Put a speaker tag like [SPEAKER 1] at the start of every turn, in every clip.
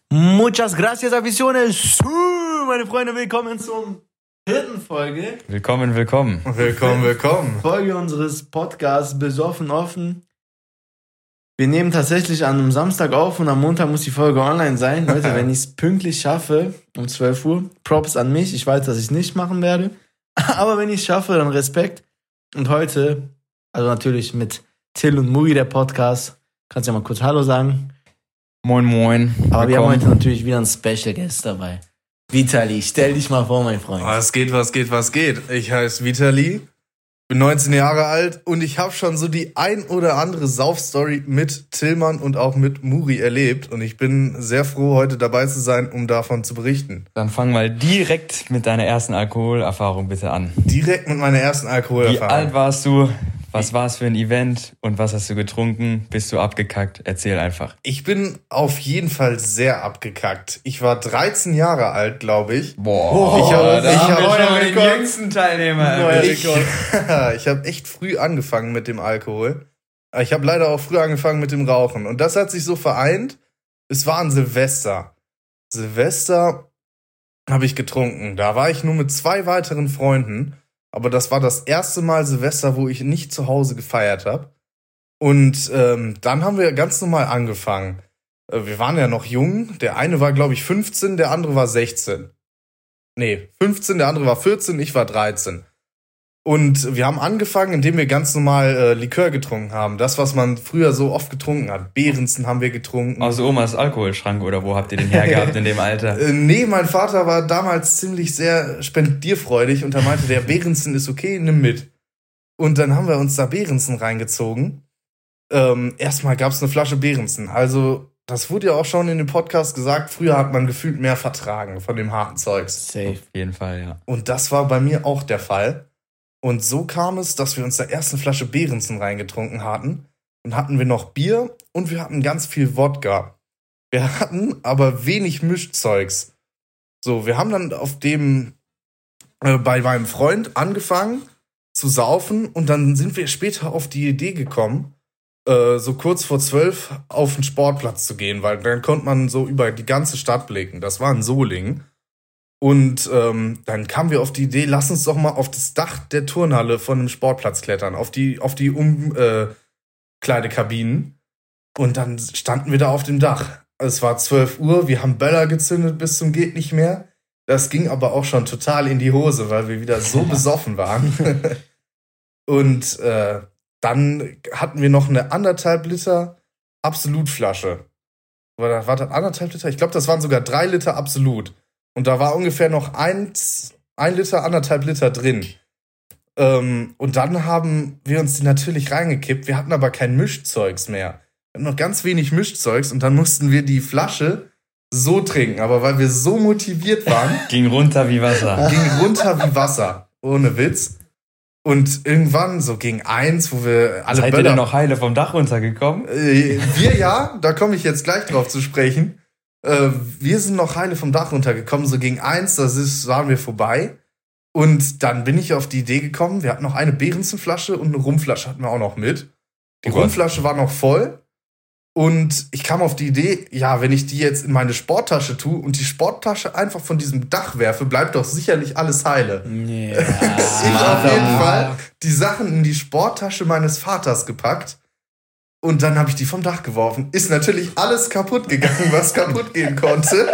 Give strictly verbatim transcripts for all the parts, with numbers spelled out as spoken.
[SPEAKER 1] Muchas gracias, aficiones. Meine Freunde, willkommen zum vierten Folge.
[SPEAKER 2] Willkommen, willkommen.
[SPEAKER 3] Willkommen, willkommen.
[SPEAKER 1] Folge unseres Podcasts Besoffen offen. Wir nehmen tatsächlich an einem Samstag auf und am Montag muss die Folge online sein. Leute, wenn ich es pünktlich schaffe, um zwölf Uhr, Props an mich. Ich weiß, dass ich es nicht machen werde. Aber wenn ich es schaffe, dann Respekt. Und heute, also natürlich mit Till und Muri, der Podcast. Kannst du ja mal kurz Hallo sagen.
[SPEAKER 2] Moin, moin.
[SPEAKER 1] Aber
[SPEAKER 2] willkommen.
[SPEAKER 1] Wir haben heute natürlich wieder einen Special Guest dabei. Vitali, stell dich mal vor, mein Freund.
[SPEAKER 3] Was geht, was geht, was geht? Ich heiße Vitali, bin neunzehn Jahre alt und ich habe schon so die ein oder andere Saufstory mit Tillmann und auch mit Muri erlebt. Und ich bin sehr froh, heute dabei zu sein, um davon zu berichten.
[SPEAKER 2] Dann fang mal direkt mit deiner ersten Alkoholerfahrung bitte an.
[SPEAKER 3] Direkt mit meiner ersten Alkoholerfahrung.
[SPEAKER 2] Wie alt warst du? Was war es für ein Event? Und was hast du getrunken? Bist du abgekackt? Erzähl einfach.
[SPEAKER 3] Ich bin auf jeden Fall sehr abgekackt. Ich war dreizehn Jahre alt, glaube ich.
[SPEAKER 2] Boah,
[SPEAKER 3] ich habe
[SPEAKER 2] da
[SPEAKER 3] ich
[SPEAKER 2] haben
[SPEAKER 3] hab,
[SPEAKER 2] wir schon
[SPEAKER 3] ich,
[SPEAKER 2] den jüngsten Teilnehmer.
[SPEAKER 3] ich, ich habe echt früh angefangen mit dem Alkohol. Ich habe leider auch früh angefangen mit dem Rauchen. Und das hat sich so vereint. Es war ein Silvester. Silvester habe ich getrunken. Da war ich nur mit zwei weiteren Freunden. Aber das war das erste Mal Silvester, wo ich nicht zu Hause gefeiert habe. Und ähm, dann haben wir ganz normal angefangen. Äh, wir waren ja noch jung. Der eine war, glaube ich, fünfzehn, der andere war sechzehn. Nee, fünfzehn, der andere war vierzehn, ich war dreizehn. Und wir haben angefangen, indem wir ganz normal äh, Likör getrunken haben. Das, was man früher so oft getrunken hat. Behrensen haben wir getrunken.
[SPEAKER 2] Aus Omas Alkoholschrank oder wo habt ihr den hergehabt in dem Alter?
[SPEAKER 3] Äh, nee, mein Vater war damals ziemlich sehr spendierfreudig und da meinte der, Behrensen ist okay, nimm mit. Und dann haben wir uns da Behrensen reingezogen. Ähm, erstmal gab es eine Flasche Behrensen. Also, das wurde ja auch schon in dem Podcast gesagt, früher hat man gefühlt mehr vertragen von dem harten Zeugs.
[SPEAKER 1] Safe.
[SPEAKER 2] Auf jeden Fall, ja.
[SPEAKER 3] Und das war bei mir auch der Fall. Und so kam es, dass wir uns der ersten Flasche Behrensen reingetrunken hatten. Und hatten wir noch Bier und wir hatten ganz viel Wodka. Wir hatten aber wenig Mischzeugs. So, wir haben dann auf dem, äh, bei meinem Freund angefangen zu saufen. Und dann sind wir später auf die Idee gekommen, äh, so kurz vor zwölf auf den Sportplatz zu gehen. Weil dann konnte man so über die ganze Stadt blicken. Das war in Solingen. Und ähm, dann kamen wir auf die Idee, lass uns doch mal auf das Dach der Turnhalle von einem Sportplatz klettern, auf die, auf die Umkleidekabinen. Äh, und dann standen wir da auf dem Dach. Es war zwölf Uhr, wir haben Böller gezündet bis zum geht nicht mehr. Das ging aber auch schon total in die Hose, weil wir wieder so besoffen waren. Und äh, dann hatten wir noch eine anderthalb Liter Absolutflasche. War das anderthalb Liter? Ich glaube, das waren sogar drei Liter Absolut. Und da war ungefähr noch ein, ein Liter, anderthalb Liter drin. Ähm, und dann haben wir uns die natürlich reingekippt. Wir hatten aber kein Mischzeugs mehr. Wir hatten noch ganz wenig Mischzeugs und dann mussten wir die Flasche so trinken. Aber weil wir so motiviert waren...
[SPEAKER 2] Ging runter wie Wasser.
[SPEAKER 3] Ging runter wie Wasser. Ohne Witz. Und irgendwann, so gegen eins, wo wir alle
[SPEAKER 2] Seid
[SPEAKER 3] Böller...
[SPEAKER 2] ihr denn noch heile vom Dach runtergekommen?
[SPEAKER 3] Äh, wir ja, da komme ich jetzt gleich drauf zu sprechen. Äh, wir sind noch heile vom Dach runtergekommen, so gegen eins, das ist, waren wir vorbei. Und dann bin ich auf die Idee gekommen, wir hatten noch eine Behrensenflasche und eine Rumflasche hatten wir auch noch mit. Die
[SPEAKER 2] Oh
[SPEAKER 3] Rumflasche war noch voll. Und ich kam auf die Idee, ja, wenn ich die jetzt in meine Sporttasche tue und die Sporttasche einfach von diesem Dach werfe, bleibt doch sicherlich alles heile.
[SPEAKER 1] Yeah.
[SPEAKER 3] Ich auf jeden Fall die Sachen in die Sporttasche meines Vaters gepackt. Und dann habe ich die vom Dach geworfen. Ist natürlich alles kaputt gegangen, was kaputt gehen konnte.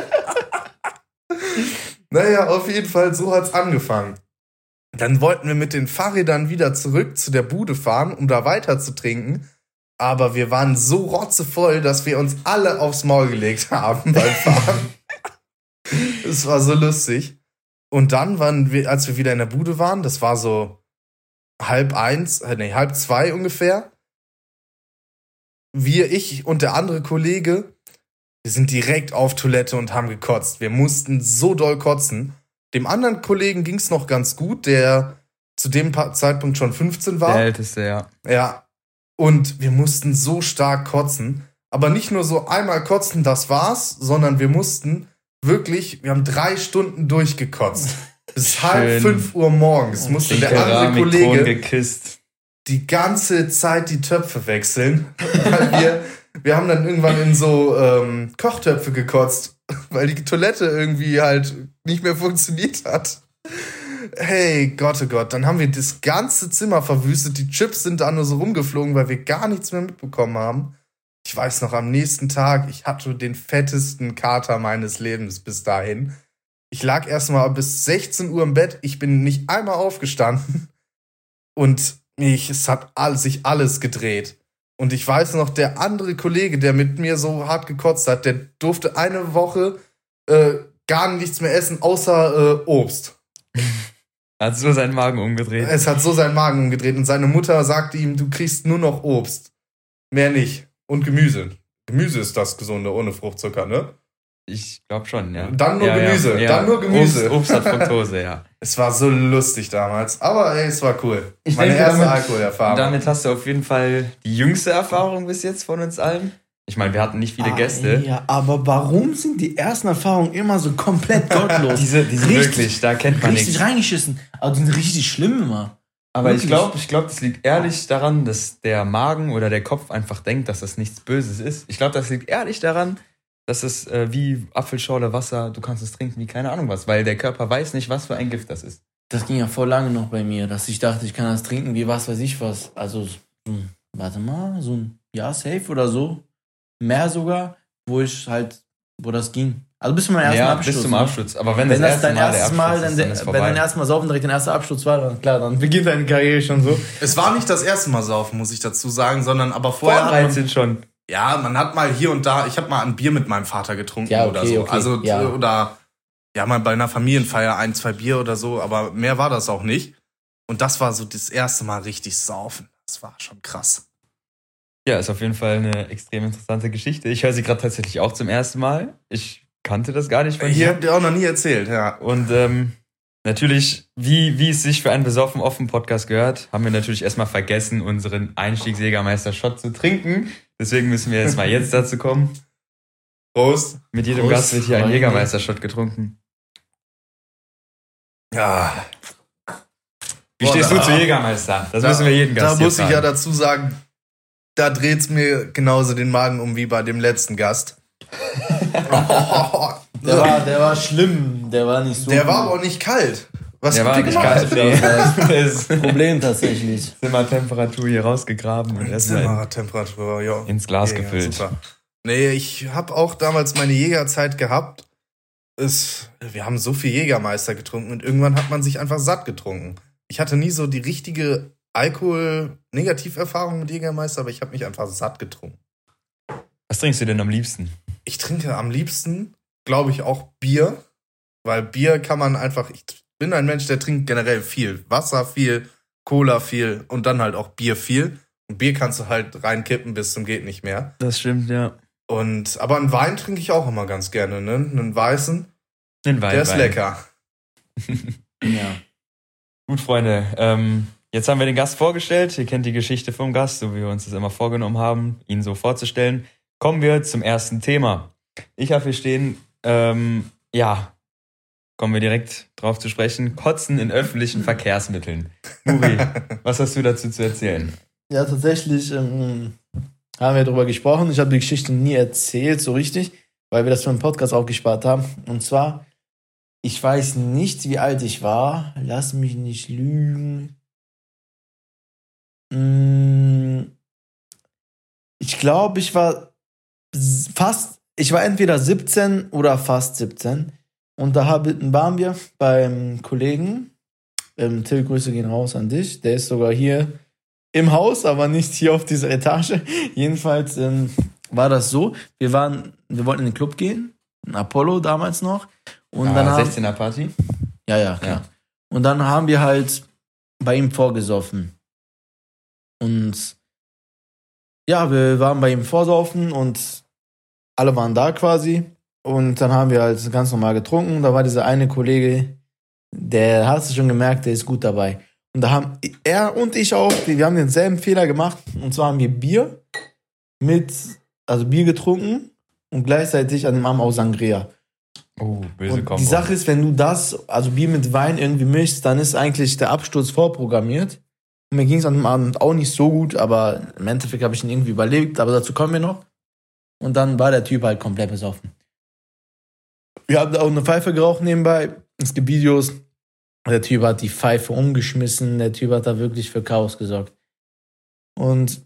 [SPEAKER 3] Naja, auf jeden Fall, so hat's angefangen. Dann wollten wir mit den Fahrrädern wieder zurück zu der Bude fahren, um da weiter zu trinken. Aber wir waren so rotzevoll, dass wir uns alle aufs Maul gelegt haben beim Fahren. Es war so lustig. Und dann waren wir, als wir wieder in der Bude waren, das war so halb eins, nee, halb zwei ungefähr. Wir, ich und der andere Kollege, wir sind direkt auf Toilette und haben gekotzt. Wir mussten so doll kotzen. Dem anderen Kollegen ging's noch ganz gut, der zu dem Zeitpunkt schon fünfzehn war.
[SPEAKER 2] Der Älteste, ja.
[SPEAKER 3] Ja. Und wir mussten so stark kotzen. Aber nicht nur so einmal kotzen, das war's, sondern wir mussten wirklich, wir haben drei Stunden durchgekotzt. Bis halb fünf Uhr morgens musste der andere Kollege
[SPEAKER 2] geküsst.
[SPEAKER 3] die ganze Zeit die Töpfe wechseln. Weil wir, wir haben dann irgendwann in so ähm, Kochtöpfe gekotzt. weil die Toilette irgendwie halt nicht mehr funktioniert hat. Hey, Gott, oh Gott, dann haben wir das ganze Zimmer verwüstet. Die Chips sind da nur so rumgeflogen, weil wir gar nichts mehr mitbekommen haben. Ich weiß noch, am nächsten Tag, ich hatte den fettesten Kater meines Lebens bis dahin. Ich lag erstmal bis sechzehn Uhr im Bett. Ich bin nicht einmal aufgestanden. Und mich, es hat alles, sich alles gedreht. Und ich weiß noch, der andere Kollege, der mit mir so hart gekotzt hat, der durfte eine Woche äh, gar nichts mehr essen, außer äh, Obst.
[SPEAKER 2] Hat so seinen Magen umgedreht.
[SPEAKER 3] Es hat so seinen Magen umgedreht. Und seine Mutter sagte ihm, du kriegst nur noch Obst. Mehr nicht. Und Gemüse. Gemüse ist das Gesunde, ohne Fruchtzucker, ne?
[SPEAKER 2] Ich glaube schon, ja.
[SPEAKER 3] Dann nur
[SPEAKER 2] ja,
[SPEAKER 3] Gemüse,
[SPEAKER 2] ja.
[SPEAKER 3] dann nur Gemüse.
[SPEAKER 2] Obst, Obst hat Fructose, ja.
[SPEAKER 3] Es war so lustig damals, aber ey, es war cool.
[SPEAKER 2] Ich
[SPEAKER 3] Meine
[SPEAKER 2] denke,
[SPEAKER 3] erste
[SPEAKER 2] damit,
[SPEAKER 3] Alkoholerfahrung.
[SPEAKER 2] Damit hast du auf jeden Fall die jüngste Erfahrung bis jetzt von uns allen. Ich meine, wir hatten nicht viele
[SPEAKER 1] ah,
[SPEAKER 2] Gäste.
[SPEAKER 1] Ja, aber warum sind die ersten Erfahrungen immer so komplett gottlos?
[SPEAKER 2] diese, diese
[SPEAKER 1] richtig,
[SPEAKER 2] wirklich, da kennt man
[SPEAKER 1] richtig
[SPEAKER 2] nichts.
[SPEAKER 1] reingeschissen. Aber die sind richtig schlimm immer.
[SPEAKER 2] Aber
[SPEAKER 1] Wirklich?
[SPEAKER 2] ich glaube, ich glaub, das liegt ehrlich daran, dass der Magen oder der Kopf einfach denkt, dass das nichts Böses ist. Ich glaube, das liegt ehrlich daran, dass es äh, wie Apfelschorle, Wasser, du kannst es trinken wie keine Ahnung was, weil der Körper weiß nicht, was für ein Gift das ist.
[SPEAKER 1] Das ging ja voll lange noch bei mir, dass ich dachte, ich kann das trinken wie was weiß ich was. Also, so ein, warte mal, so ein Jahr safe oder so. Mehr sogar, wo ich halt, wo das ging. Also bis zum ersten
[SPEAKER 2] ja,
[SPEAKER 1] Absturz.
[SPEAKER 2] bis zum
[SPEAKER 1] ne?
[SPEAKER 2] Absturz. Aber wenn,
[SPEAKER 1] Wenn
[SPEAKER 2] das,
[SPEAKER 1] das
[SPEAKER 2] erste
[SPEAKER 1] dein
[SPEAKER 2] Mal der
[SPEAKER 1] erstes Mal,
[SPEAKER 2] Absturz
[SPEAKER 1] dann
[SPEAKER 2] ist, dann ist
[SPEAKER 1] wenn
[SPEAKER 2] vorbei.
[SPEAKER 1] dein erstes Mal saufen direkt dein erster Absturz war, dann klar, dann beginnt deine Karriere schon so.
[SPEAKER 3] Es war nicht das erste Mal saufen, muss ich dazu sagen, sondern aber vorher.
[SPEAKER 2] Vor dreizehn schon.
[SPEAKER 3] Ja, man hat mal hier und da, ich habe mal ein Bier mit meinem Vater getrunken
[SPEAKER 1] Ja, okay,
[SPEAKER 3] oder so.
[SPEAKER 1] okay,
[SPEAKER 3] Also,
[SPEAKER 1] ja.
[SPEAKER 3] oder ja, mal bei einer Familienfeier ein, zwei Bier oder so, aber mehr war das auch nicht. Und das war so das erste Mal richtig saufen. Das war schon krass.
[SPEAKER 2] Ja, ist auf jeden Fall eine extrem interessante Geschichte. Ich höre sie gerade tatsächlich auch zum ersten Mal. Ich kannte das gar nicht von
[SPEAKER 3] Hier
[SPEAKER 2] dir.
[SPEAKER 3] habt ihr auch noch nie erzählt, ja.
[SPEAKER 2] Und ähm, natürlich, wie, wie es sich für einen besoffen offen Podcast gehört, haben wir natürlich erstmal vergessen, unseren Einstiegsjägermeister-Shot zu trinken. Deswegen müssen wir jetzt mal jetzt dazu kommen.
[SPEAKER 3] Prost.
[SPEAKER 2] Mit jedem
[SPEAKER 1] Prost,
[SPEAKER 2] Gast wird hier ein
[SPEAKER 1] Freunde.
[SPEAKER 2] Jägermeister-Shot getrunken.
[SPEAKER 3] Ja.
[SPEAKER 2] Wie
[SPEAKER 3] Boah,
[SPEAKER 2] stehst
[SPEAKER 3] da-
[SPEAKER 2] du zu Jägermeister? Das
[SPEAKER 3] Da-
[SPEAKER 2] müssen wir jeden Gast
[SPEAKER 3] Da
[SPEAKER 2] hier
[SPEAKER 3] muss ich ja
[SPEAKER 2] fragen.
[SPEAKER 3] dazu sagen, da dreht's mir genauso den Magen um wie bei dem letzten Gast.
[SPEAKER 1] Der war, der war schlimm, der war nicht so.
[SPEAKER 3] Der war
[SPEAKER 1] gut.
[SPEAKER 3] aber auch nicht kalt. Was
[SPEAKER 2] Der
[SPEAKER 3] habt
[SPEAKER 2] war
[SPEAKER 3] ihr
[SPEAKER 2] nicht
[SPEAKER 3] gemacht?
[SPEAKER 2] kalt. Nee. Das ist
[SPEAKER 1] Problem tatsächlich.
[SPEAKER 2] Zimmertemperatur hier rausgegraben und erstmal
[SPEAKER 3] Zimmertemperatur, ja.
[SPEAKER 2] ins Glas
[SPEAKER 3] Ja,
[SPEAKER 2] gefüllt.
[SPEAKER 3] super. Nee, ich habe auch damals meine Jägerzeit gehabt. Es, wir haben so viel Jägermeister getrunken und irgendwann hat man sich einfach satt getrunken. Ich hatte nie so die richtige Alkohol-Negativerfahrung mit Jägermeister, aber ich habe mich einfach satt getrunken.
[SPEAKER 2] Was trinkst du denn am liebsten?
[SPEAKER 3] Ich trinke am liebsten, glaube ich, auch Bier, weil Bier kann man einfach, ich bin ein Mensch, der trinkt generell viel. Wasser viel, Cola viel und dann halt auch Bier viel. Und Bier kannst du halt reinkippen bis zum geht nicht mehr.
[SPEAKER 2] Das stimmt, ja.
[SPEAKER 3] Und, aber einen Wein trinke ich auch immer ganz gerne, ne? Einen weißen,
[SPEAKER 2] Den Wein.
[SPEAKER 3] der ist
[SPEAKER 2] Wein.
[SPEAKER 3] lecker.
[SPEAKER 1] Ja.
[SPEAKER 2] Gut, Freunde. Ähm, jetzt haben wir den Gast vorgestellt. Ihr kennt die Geschichte vom Gast, so wie wir uns das immer vorgenommen haben, ihn so vorzustellen. Kommen wir zum ersten Thema. Ich habe hier stehen, ähm, ja, kommen wir direkt drauf zu sprechen. Kotzen in öffentlichen Verkehrsmitteln. Muri, was hast du dazu zu erzählen?
[SPEAKER 1] Ja, tatsächlich ähm, haben wir darüber gesprochen. Ich habe die Geschichte nie erzählt, so richtig, weil wir das für einen Podcast aufgespart haben. Und zwar, ich weiß nicht, wie alt ich war. Lass mich nicht lügen. Mm, Ich glaube, ich war s- fast, ich war entweder siebzehn oder fast siebzehn. Und da hab- waren wir beim Kollegen. Ähm, Till, Grüße gehen raus an dich. Der ist sogar hier im Haus, aber nicht hier auf dieser Etage. Jedenfalls ähm, war das so. Wir waren, wir wollten in den Club gehen, in Apollo damals noch. Und dann
[SPEAKER 2] ah,
[SPEAKER 1] haben,
[SPEAKER 2] sechzehner Party?
[SPEAKER 1] ja, ja, klar.
[SPEAKER 2] Ja.
[SPEAKER 1] Und dann haben wir halt bei ihm vorgesoffen. Und ja, wir waren bei ihm vorsaufen und alle waren da quasi. Und dann haben wir halt ganz normal getrunken. Da war dieser eine Kollege, der hast du schon gemerkt, der ist gut dabei. Und da haben er und ich auch, wir haben denselben Fehler gemacht. Und zwar haben wir Bier mit, also Bier getrunken und gleichzeitig an dem Abend auch Sangria.
[SPEAKER 2] Oh, böse
[SPEAKER 1] Und
[SPEAKER 2] Kombo.
[SPEAKER 1] die Sache ist, wenn du das, also Bier mit Wein irgendwie mischst, dann ist eigentlich der Absturz vorprogrammiert. Und mir ging es an dem Abend auch nicht so gut, aber im Endeffekt habe ich ihn irgendwie überlebt, aber dazu kommen wir noch. Und dann war der Typ halt komplett besoffen. Wir haben auch eine Pfeife geraucht nebenbei. Es gibt Videos. Der Typ hat die Pfeife umgeschmissen. Der Typ hat da wirklich für Chaos gesorgt. Und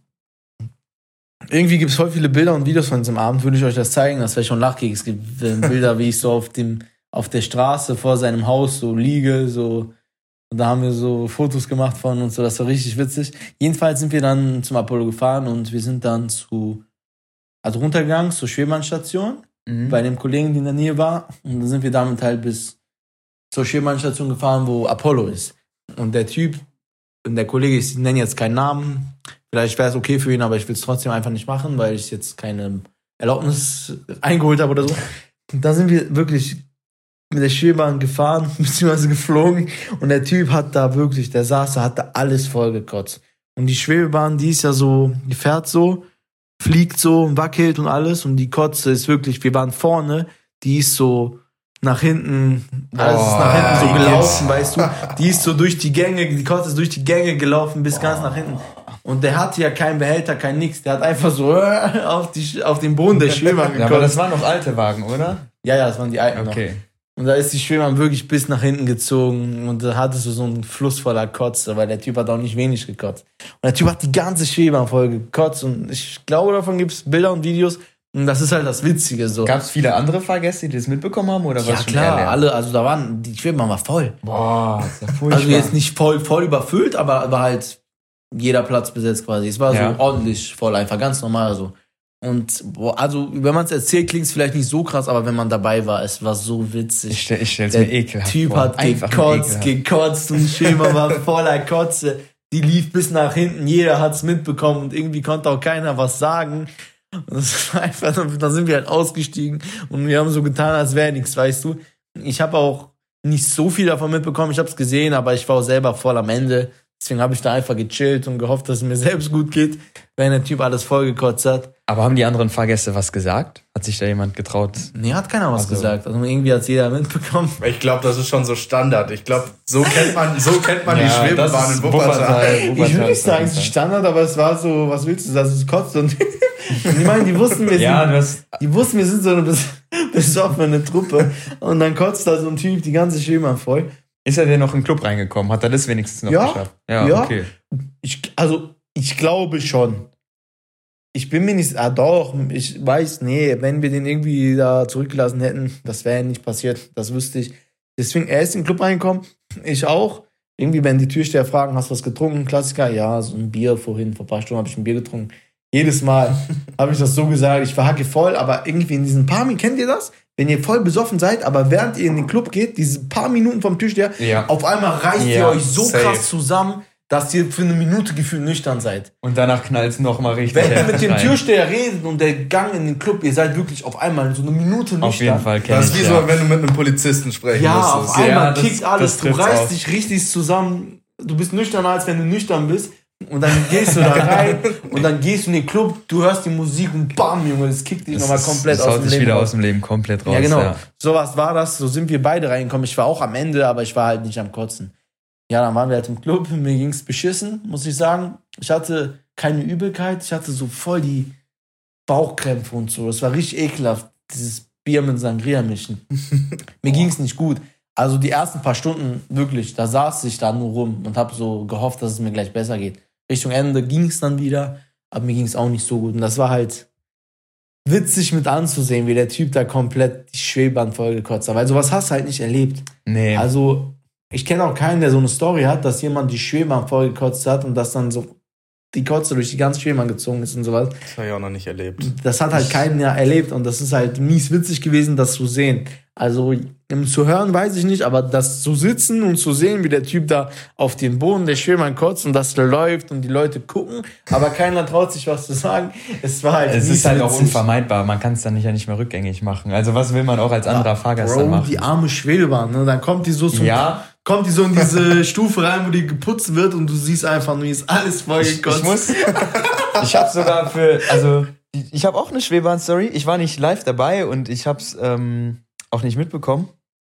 [SPEAKER 1] irgendwie gibt es voll viele Bilder und Videos von diesem Abend. Würde ich euch das zeigen? Das wäre schon lachig. Es gibt Bilder, wie ich so auf dem auf der Straße vor seinem Haus so liege, so. Und da haben wir so Fotos gemacht von uns, so, das war richtig witzig. Jedenfalls sind wir dann zum Apollo gefahren und wir sind dann zu, also runtergegangen zur Schwebahnstation, mhm. bei dem Kollegen, der in der Nähe war. Und dann sind wir damit halt bis zur Schwebahnstation gefahren, wo Apollo ist. Und der Typ, und der Kollege, ich nenne jetzt keinen Namen, vielleicht wäre es okay für ihn, aber ich will es trotzdem einfach nicht machen, weil ich jetzt keine Erlaubnis eingeholt habe oder so. Und da sind wir wirklich mit der Schwebahn gefahren, beziehungsweise geflogen. Und der Typ hat da wirklich, der saß da, hat da alles vollgekotzt. Und die Schwebebahn, die ist ja so, die fährt so, fliegt so, wackelt und alles. Und die Kotze ist wirklich, wir waren vorne, die ist so nach hinten, alles ist nach hinten so gelaufen, weißt du. Die ist so durch die Gänge, die Kotze ist durch die Gänge gelaufen bis ganz nach hinten. Und der hatte ja keinen Behälter, kein nix. Der hat einfach so auf, die, auf den Boden der Schwebahn gekotzt.
[SPEAKER 2] Ja, aber das waren noch alte Wagen, oder?
[SPEAKER 1] Ja, ja, das waren die alten
[SPEAKER 2] okay.
[SPEAKER 1] noch. Und da ist die Schwebahn wirklich bis nach hinten gezogen und da hattest du so einen Fluss voller Kotze, weil der Typ hat auch nicht wenig gekotzt. Und der Typ hat die ganze Schwebahn voll gekotzt und ich glaube, davon gibt es Bilder und Videos und das ist halt das Witzige so.
[SPEAKER 2] Gab es viele andere Fahrgäste, die das mitbekommen haben? Oder
[SPEAKER 1] ja
[SPEAKER 2] was
[SPEAKER 1] klar, alle, also da waren, die Schwebahn war voll.
[SPEAKER 2] Boah, ist ja furchtbar.
[SPEAKER 1] Also jetzt nicht voll, voll überfüllt, aber, aber halt jeder Platz besetzt quasi. Es war ja. so ordentlich voll, einfach ganz normal so. Und boah, also, wenn man es erzählt, klingt es vielleicht nicht so krass, aber wenn man dabei war, es war so witzig.
[SPEAKER 2] Ich, stell, ich stell's mir ekelhaft
[SPEAKER 1] Typ
[SPEAKER 2] vor.
[SPEAKER 1] hat gekotzt, gekotzt und Schema war voller Kotze. Die lief bis nach hinten, jeder hat's mitbekommen und irgendwie konnte auch keiner was sagen. Und das war einfach, da sind wir halt ausgestiegen und wir haben so getan, als wäre nichts, weißt du. Ich habe auch nicht so viel davon mitbekommen, ich habe es gesehen, aber ich war auch selber voll am Ende. Deswegen habe ich da einfach gechillt und gehofft, dass es mir selbst gut geht, wenn der Typ alles vollgekotzt hat.
[SPEAKER 2] Aber haben die anderen Fahrgäste was gesagt? Hat sich da jemand getraut?
[SPEAKER 1] Nee, hat keiner was also. gesagt. Also irgendwie hat es jeder mitbekommen.
[SPEAKER 3] Ich glaube, das ist schon so Standard. Ich glaube, so kennt man, so kennt man ja, die Schwebebahn in Wuppertal.
[SPEAKER 1] Wuppertal. Ich würde nicht sagen, es ist Standard, aber es war so, was willst du, dass es kotzt und ich meine, die wussten, wir sind,
[SPEAKER 2] ja, das
[SPEAKER 1] die wussten, wir sind so eine besoffene Truppe und dann kotzt da so ein Typ die ganze Schwebebahn voll.
[SPEAKER 2] Ist er denn noch in den Club reingekommen? Hat er das wenigstens noch
[SPEAKER 1] ja,
[SPEAKER 2] geschafft?
[SPEAKER 1] Ja, ja. Okay. Ich, also, ich glaube schon. Ich bin mir nicht, ah doch, ich weiß, nee, wenn wir den irgendwie da zurückgelassen hätten, das wäre nicht passiert, das wüsste ich. Deswegen, er ist in den Club reingekommen, ich auch. Irgendwie, wenn die Türsteher fragen, hast du was getrunken? Klassiker, ja, so ein Bier vorhin, vor ein paar Stunden habe ich ein Bier getrunken. Jedes Mal habe ich das so gesagt, ich war hacke voll, aber irgendwie in diesen paar Minuten, kennt ihr das? Wenn ihr voll besoffen seid, aber während ihr in den Club geht, diese paar Minuten vom Türsteher,
[SPEAKER 2] ja.
[SPEAKER 1] auf einmal reißt ja, ihr euch so safe. krass zusammen, dass ihr für eine Minute gefühlt nüchtern seid.
[SPEAKER 2] Und danach knallt es nochmal richtig.
[SPEAKER 1] Wenn ihr mit dem Türsteher redet und der Gang in den Club, ihr seid wirklich auf einmal so eine Minute nüchtern.
[SPEAKER 2] Auf jeden Fall kenn
[SPEAKER 3] Das ist
[SPEAKER 2] ich,
[SPEAKER 3] wie
[SPEAKER 2] ja.
[SPEAKER 3] so, wenn du mit einem Polizisten sprechen
[SPEAKER 1] ja,
[SPEAKER 3] musstest.
[SPEAKER 1] auf einmal
[SPEAKER 2] ja, das,
[SPEAKER 1] kickt alles,
[SPEAKER 2] das
[SPEAKER 1] du reißt
[SPEAKER 2] auf.
[SPEAKER 1] dich richtig zusammen. Du bist nüchterner, als wenn du nüchtern bist. Und dann gehst du da rein und dann gehst du in den Club, du hörst die Musik und bam, Junge, das kickt dich nochmal komplett
[SPEAKER 2] das
[SPEAKER 1] aus dem Leben.
[SPEAKER 2] Das haut dich wieder aus dem Leben komplett raus.
[SPEAKER 1] Ja, genau.
[SPEAKER 2] Ja.
[SPEAKER 1] So was war das. So sind wir beide reingekommen. Ich war auch am Ende, aber ich war halt nicht am Kotzen. Ja, dann waren wir halt im Club. Mir ging's beschissen, muss ich sagen. Ich hatte keine Übelkeit. Ich hatte so voll die Bauchkrämpfe und so. Das war richtig ekelhaft, dieses Bier mit Sangria mischen. Mir ging's nicht gut. Also die ersten paar Stunden, wirklich, da saß ich da nur rum und habe so gehofft, dass es mir gleich besser geht. Richtung Ende ging es dann wieder, aber mir ging es auch nicht so gut. Und das war halt witzig mit anzusehen, wie der Typ da komplett die Schwebebahn vollgekotzt hat. Weil sowas hast du halt nicht erlebt.
[SPEAKER 2] Nee.
[SPEAKER 1] Also ich kenne auch keinen, der so eine Story hat, dass jemand die Schwebebahn vollgekotzt hat und dass dann so die Kotze durch die ganze Schwebebahn gezogen ist und sowas.
[SPEAKER 3] Das habe ich auch noch nicht erlebt.
[SPEAKER 1] Das hat halt keiner erlebt und das ist halt mies witzig gewesen, das zu sehen. Also zu hören weiß ich nicht, aber das zu sitzen und zu sehen, wie der Typ da auf den Boden der Schwebebahn kotzt und das läuft und die Leute gucken, aber keiner traut sich was zu sagen. Es war halt
[SPEAKER 2] Es
[SPEAKER 1] mies
[SPEAKER 2] ist halt
[SPEAKER 1] witzig.
[SPEAKER 2] auch unvermeidbar. Man kann es dann nicht, ja nicht mehr rückgängig machen. Also was will man auch als anderer Fahrgast
[SPEAKER 1] Bro,
[SPEAKER 2] dann machen?
[SPEAKER 1] Die arme Schwebebahn, ne? Dann kommt die so zum,
[SPEAKER 2] ja.
[SPEAKER 1] kommt die so in diese Stufe rein, wo die geputzt wird und du siehst einfach nur, ist alles voll gekotzt.
[SPEAKER 2] Ich muss, ich habe sogar für, also ich habe auch eine Schwebebahn-Story. Ich war nicht live dabei und ich habe es ähm, auch nicht mitbekommen.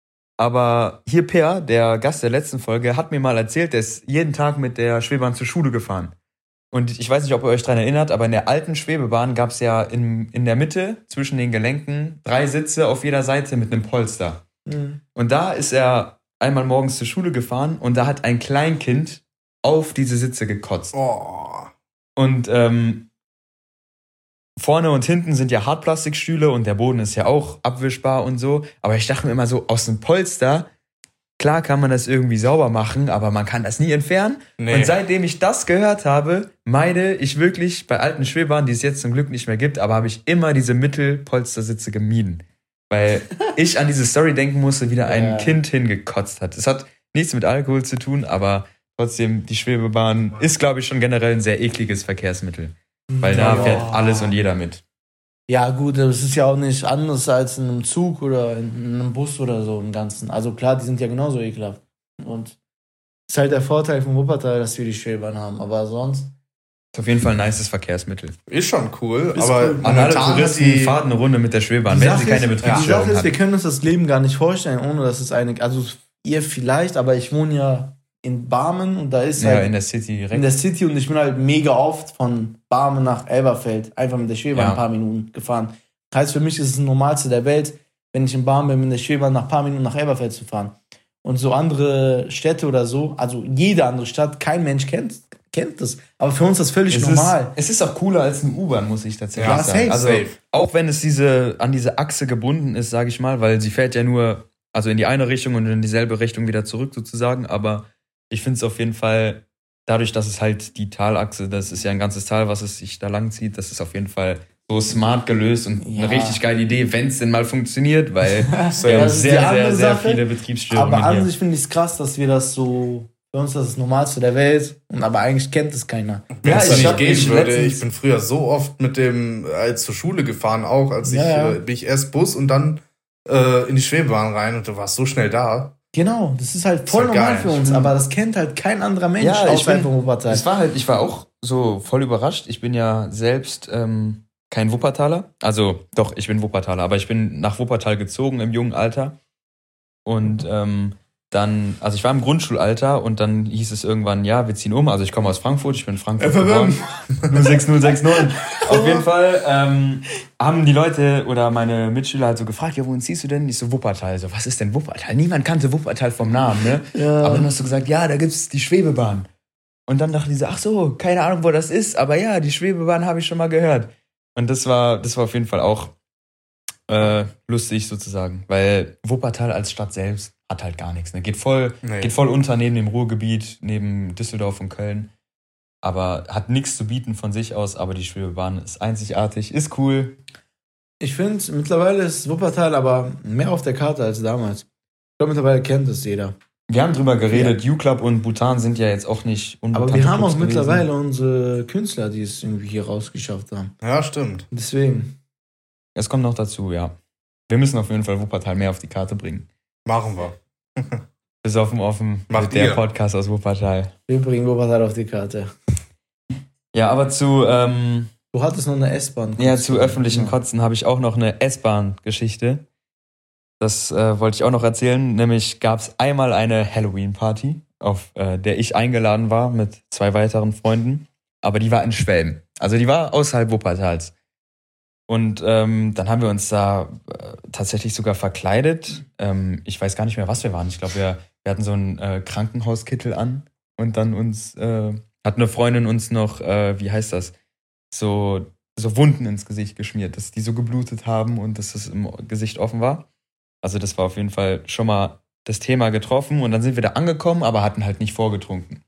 [SPEAKER 2] Aber hier Per, der Gast der letzten Folge, hat mir mal erzählt, der ist jeden Tag mit der Schwebebahn zur Schule gefahren. Und ich weiß nicht, ob ihr euch daran erinnert, aber in der alten Schwebebahn gab es ja in, in der Mitte zwischen den Gelenken drei Sitze auf jeder Seite mit einem Polster. Mhm. Und da ist er einmal morgens zur Schule gefahren und da hat ein Kleinkind auf diese Sitze gekotzt.
[SPEAKER 3] Oh.
[SPEAKER 2] Und ähm, vorne und hinten sind ja Hartplastikstühle und der Boden ist ja auch abwischbar und so. Aber ich dachte mir immer so, aus dem Polster, klar kann man das irgendwie sauber machen, aber man kann das nie entfernen. Nee. Und seitdem ich das gehört habe, meide ich wirklich bei alten Schwebebahnen, die es jetzt zum Glück nicht mehr gibt, aber habe ich immer diese Mittelpolstersitze gemieden. Weil ich an diese Story denken musste, wie da ein ja. Kind hingekotzt hat. Es hat nichts mit Alkohol zu tun, aber trotzdem, die Schwebebahn ist, glaube ich, schon generell ein sehr ekliges Verkehrsmittel. Weil da ja. fährt alles und jeder mit.
[SPEAKER 1] Ja gut, das ist ja auch nicht anders als in einem Zug oder in einem Bus oder so im Ganzen. Also klar, die sind ja genauso ekelhaft. Und das ist halt der Vorteil von Wuppertal, dass wir die Schwebebahn haben. Aber sonst...
[SPEAKER 2] Ist auf jeden Fall ein nices Verkehrsmittel.
[SPEAKER 3] Ist schon cool,
[SPEAKER 1] ist
[SPEAKER 3] aber
[SPEAKER 1] cool.
[SPEAKER 2] An alle Touristen die fahren eine Runde mit der Schwebebahn, wenn sie keine Betriebsstörung
[SPEAKER 1] Die Sache ist,
[SPEAKER 2] hat.
[SPEAKER 1] wir können uns das Leben gar nicht vorstellen, ohne dass es eine... Also ihr vielleicht, aber ich wohne ja in Barmen und da ist
[SPEAKER 2] ja,
[SPEAKER 1] halt...
[SPEAKER 2] in der City direkt.
[SPEAKER 1] In der City und ich bin halt mega oft von Barmen nach Elberfeld einfach mit der Schwebebahn
[SPEAKER 2] Ja.
[SPEAKER 1] ein paar Minuten gefahren. Das heißt, für mich ist es das Normalste der Welt, wenn ich in Barmen bin, mit der Schwebebahn nach ein paar Minuten nach Elberfeld zu fahren. Und so andere Städte oder so, also jede andere Stadt, kein Mensch kennt, kennt das. Aber für uns ist das völlig
[SPEAKER 2] es
[SPEAKER 1] normal.
[SPEAKER 2] Ist, es ist auch cooler als eine U-Bahn, muss ich tatsächlich
[SPEAKER 1] Ja,
[SPEAKER 2] sagen.
[SPEAKER 1] safe,
[SPEAKER 2] also
[SPEAKER 3] safe.
[SPEAKER 2] auch wenn es diese an diese Achse gebunden ist, sage ich mal, weil sie fährt ja nur also in die eine Richtung und in dieselbe Richtung wieder zurück sozusagen. Aber ich finde es auf jeden Fall, dadurch, dass es halt die Talachse, das ist ja ein ganzes Tal, was es sich da lang zieht, das ist auf jeden Fall so smart gelöst und
[SPEAKER 1] Ja.
[SPEAKER 2] eine richtig geile Idee, wenn es denn mal funktioniert, weil wir
[SPEAKER 1] Das
[SPEAKER 2] haben
[SPEAKER 1] ist die
[SPEAKER 2] sehr,
[SPEAKER 1] andere
[SPEAKER 2] sehr, sehr
[SPEAKER 1] Sache.
[SPEAKER 2] viele Betriebsstörungen
[SPEAKER 1] Aber an
[SPEAKER 2] hier.
[SPEAKER 1] sich finde ich es krass, dass wir das so, für uns ist das das Normalste der Welt, und aber eigentlich kennt es keiner.
[SPEAKER 3] Wenn
[SPEAKER 2] Ja,
[SPEAKER 3] es
[SPEAKER 2] ich
[SPEAKER 3] da nicht
[SPEAKER 2] hab-
[SPEAKER 3] gehen
[SPEAKER 2] ich
[SPEAKER 3] würde,
[SPEAKER 2] letztens-
[SPEAKER 3] ich bin früher so oft mit dem äh, zur Schule gefahren, auch als ich,
[SPEAKER 1] Ja, ja.
[SPEAKER 3] äh, bin ich erst Bus und dann äh, in die Schwebebahn rein und du warst so schnell da.
[SPEAKER 1] Genau, das ist halt voll
[SPEAKER 3] ist halt
[SPEAKER 1] normal
[SPEAKER 3] geil.
[SPEAKER 1] für uns, aber das kennt halt kein anderer Mensch
[SPEAKER 2] Ja, ich
[SPEAKER 1] außerhalb
[SPEAKER 2] bin-
[SPEAKER 1] von Wuppertal.
[SPEAKER 2] Es war halt, ich war auch so voll überrascht. Ich bin ja selbst ähm, kein Wuppertaler. Also doch, ich bin Wuppertaler, aber ich bin nach Wuppertal gezogen im jungen Alter. Und ähm, dann, also ich war im Grundschulalter und dann hieß es irgendwann, ja, wir ziehen um. Also ich komme aus Frankfurt, ich bin in Frankfurt geboren. null sechs null sechs neun. Auf jeden Fall ähm, haben die Leute oder meine Mitschüler halt so gefragt, ja, wohin ziehst du denn? Ich so, Wuppertal. So, was ist denn Wuppertal? Niemand kannte Wuppertal vom Namen, ne?
[SPEAKER 1] Ja.
[SPEAKER 2] Aber dann hast du gesagt, ja, da gibt's die Schwebebahn. Und dann dachten die so, ach so, keine Ahnung, wo das ist, aber ja, die Schwebebahn habe ich schon mal gehört. Und das war, das war auf jeden Fall auch äh, lustig sozusagen, weil Wuppertal als Stadt selbst hat halt gar nichts. Ne? Geht voll,
[SPEAKER 3] Nee.
[SPEAKER 2] geht voll unter neben dem Ruhrgebiet, neben Düsseldorf und Köln. Aber hat nichts zu bieten von sich aus, aber die Schwebebahn ist einzigartig, ist cool.
[SPEAKER 1] Ich finde, mittlerweile ist Wuppertal aber mehr auf der Karte als damals. Ich glaube, mittlerweile kennt es jeder.
[SPEAKER 2] Wir haben drüber geredet, U-Club und Bhutan sind ja jetzt auch nicht
[SPEAKER 1] Aber
[SPEAKER 2] unbekannte
[SPEAKER 1] wir haben
[SPEAKER 2] Clubs
[SPEAKER 1] auch
[SPEAKER 2] gewesen.
[SPEAKER 1] mittlerweile unsere Künstler, die es irgendwie hier rausgeschafft haben.
[SPEAKER 3] Ja, stimmt.
[SPEAKER 1] Deswegen.
[SPEAKER 2] Es kommt noch dazu, ja. Wir müssen auf jeden Fall Wuppertal mehr auf die Karte bringen.
[SPEAKER 3] Machen wir.
[SPEAKER 2] Bis offen offen
[SPEAKER 3] Macht
[SPEAKER 2] mit der
[SPEAKER 3] ihr.
[SPEAKER 2] Podcast aus Wuppertal.
[SPEAKER 1] Wir bringen Wuppertal auf die Karte.
[SPEAKER 2] Ja, aber zu, ähm,
[SPEAKER 1] Du hattest noch eine S-Bahn.
[SPEAKER 2] ja, zu öffentlichen
[SPEAKER 1] Ja.
[SPEAKER 2] Kotzen habe ich auch noch eine S-Bahn-Geschichte. Das äh, wollte ich auch noch erzählen. Nämlich gab es einmal eine Halloween-Party, auf äh, der ich eingeladen war mit zwei weiteren Freunden. Aber die war in Schwelm. Also die war außerhalb Wuppertals. Und ähm, dann haben wir uns da äh, tatsächlich sogar verkleidet. Ähm, ich weiß gar nicht mehr, was wir waren. Ich glaube, wir, wir hatten so einen äh, Krankenhauskittel an. Und dann uns, äh, hat eine Freundin uns noch, äh, wie heißt das, so, so Wunden ins Gesicht geschmiert, dass die so geblutet haben und dass das im Gesicht offen war. Also das war auf jeden Fall schon mal das Thema getroffen. Und dann sind wir da angekommen, aber hatten halt nicht vorgetrunken.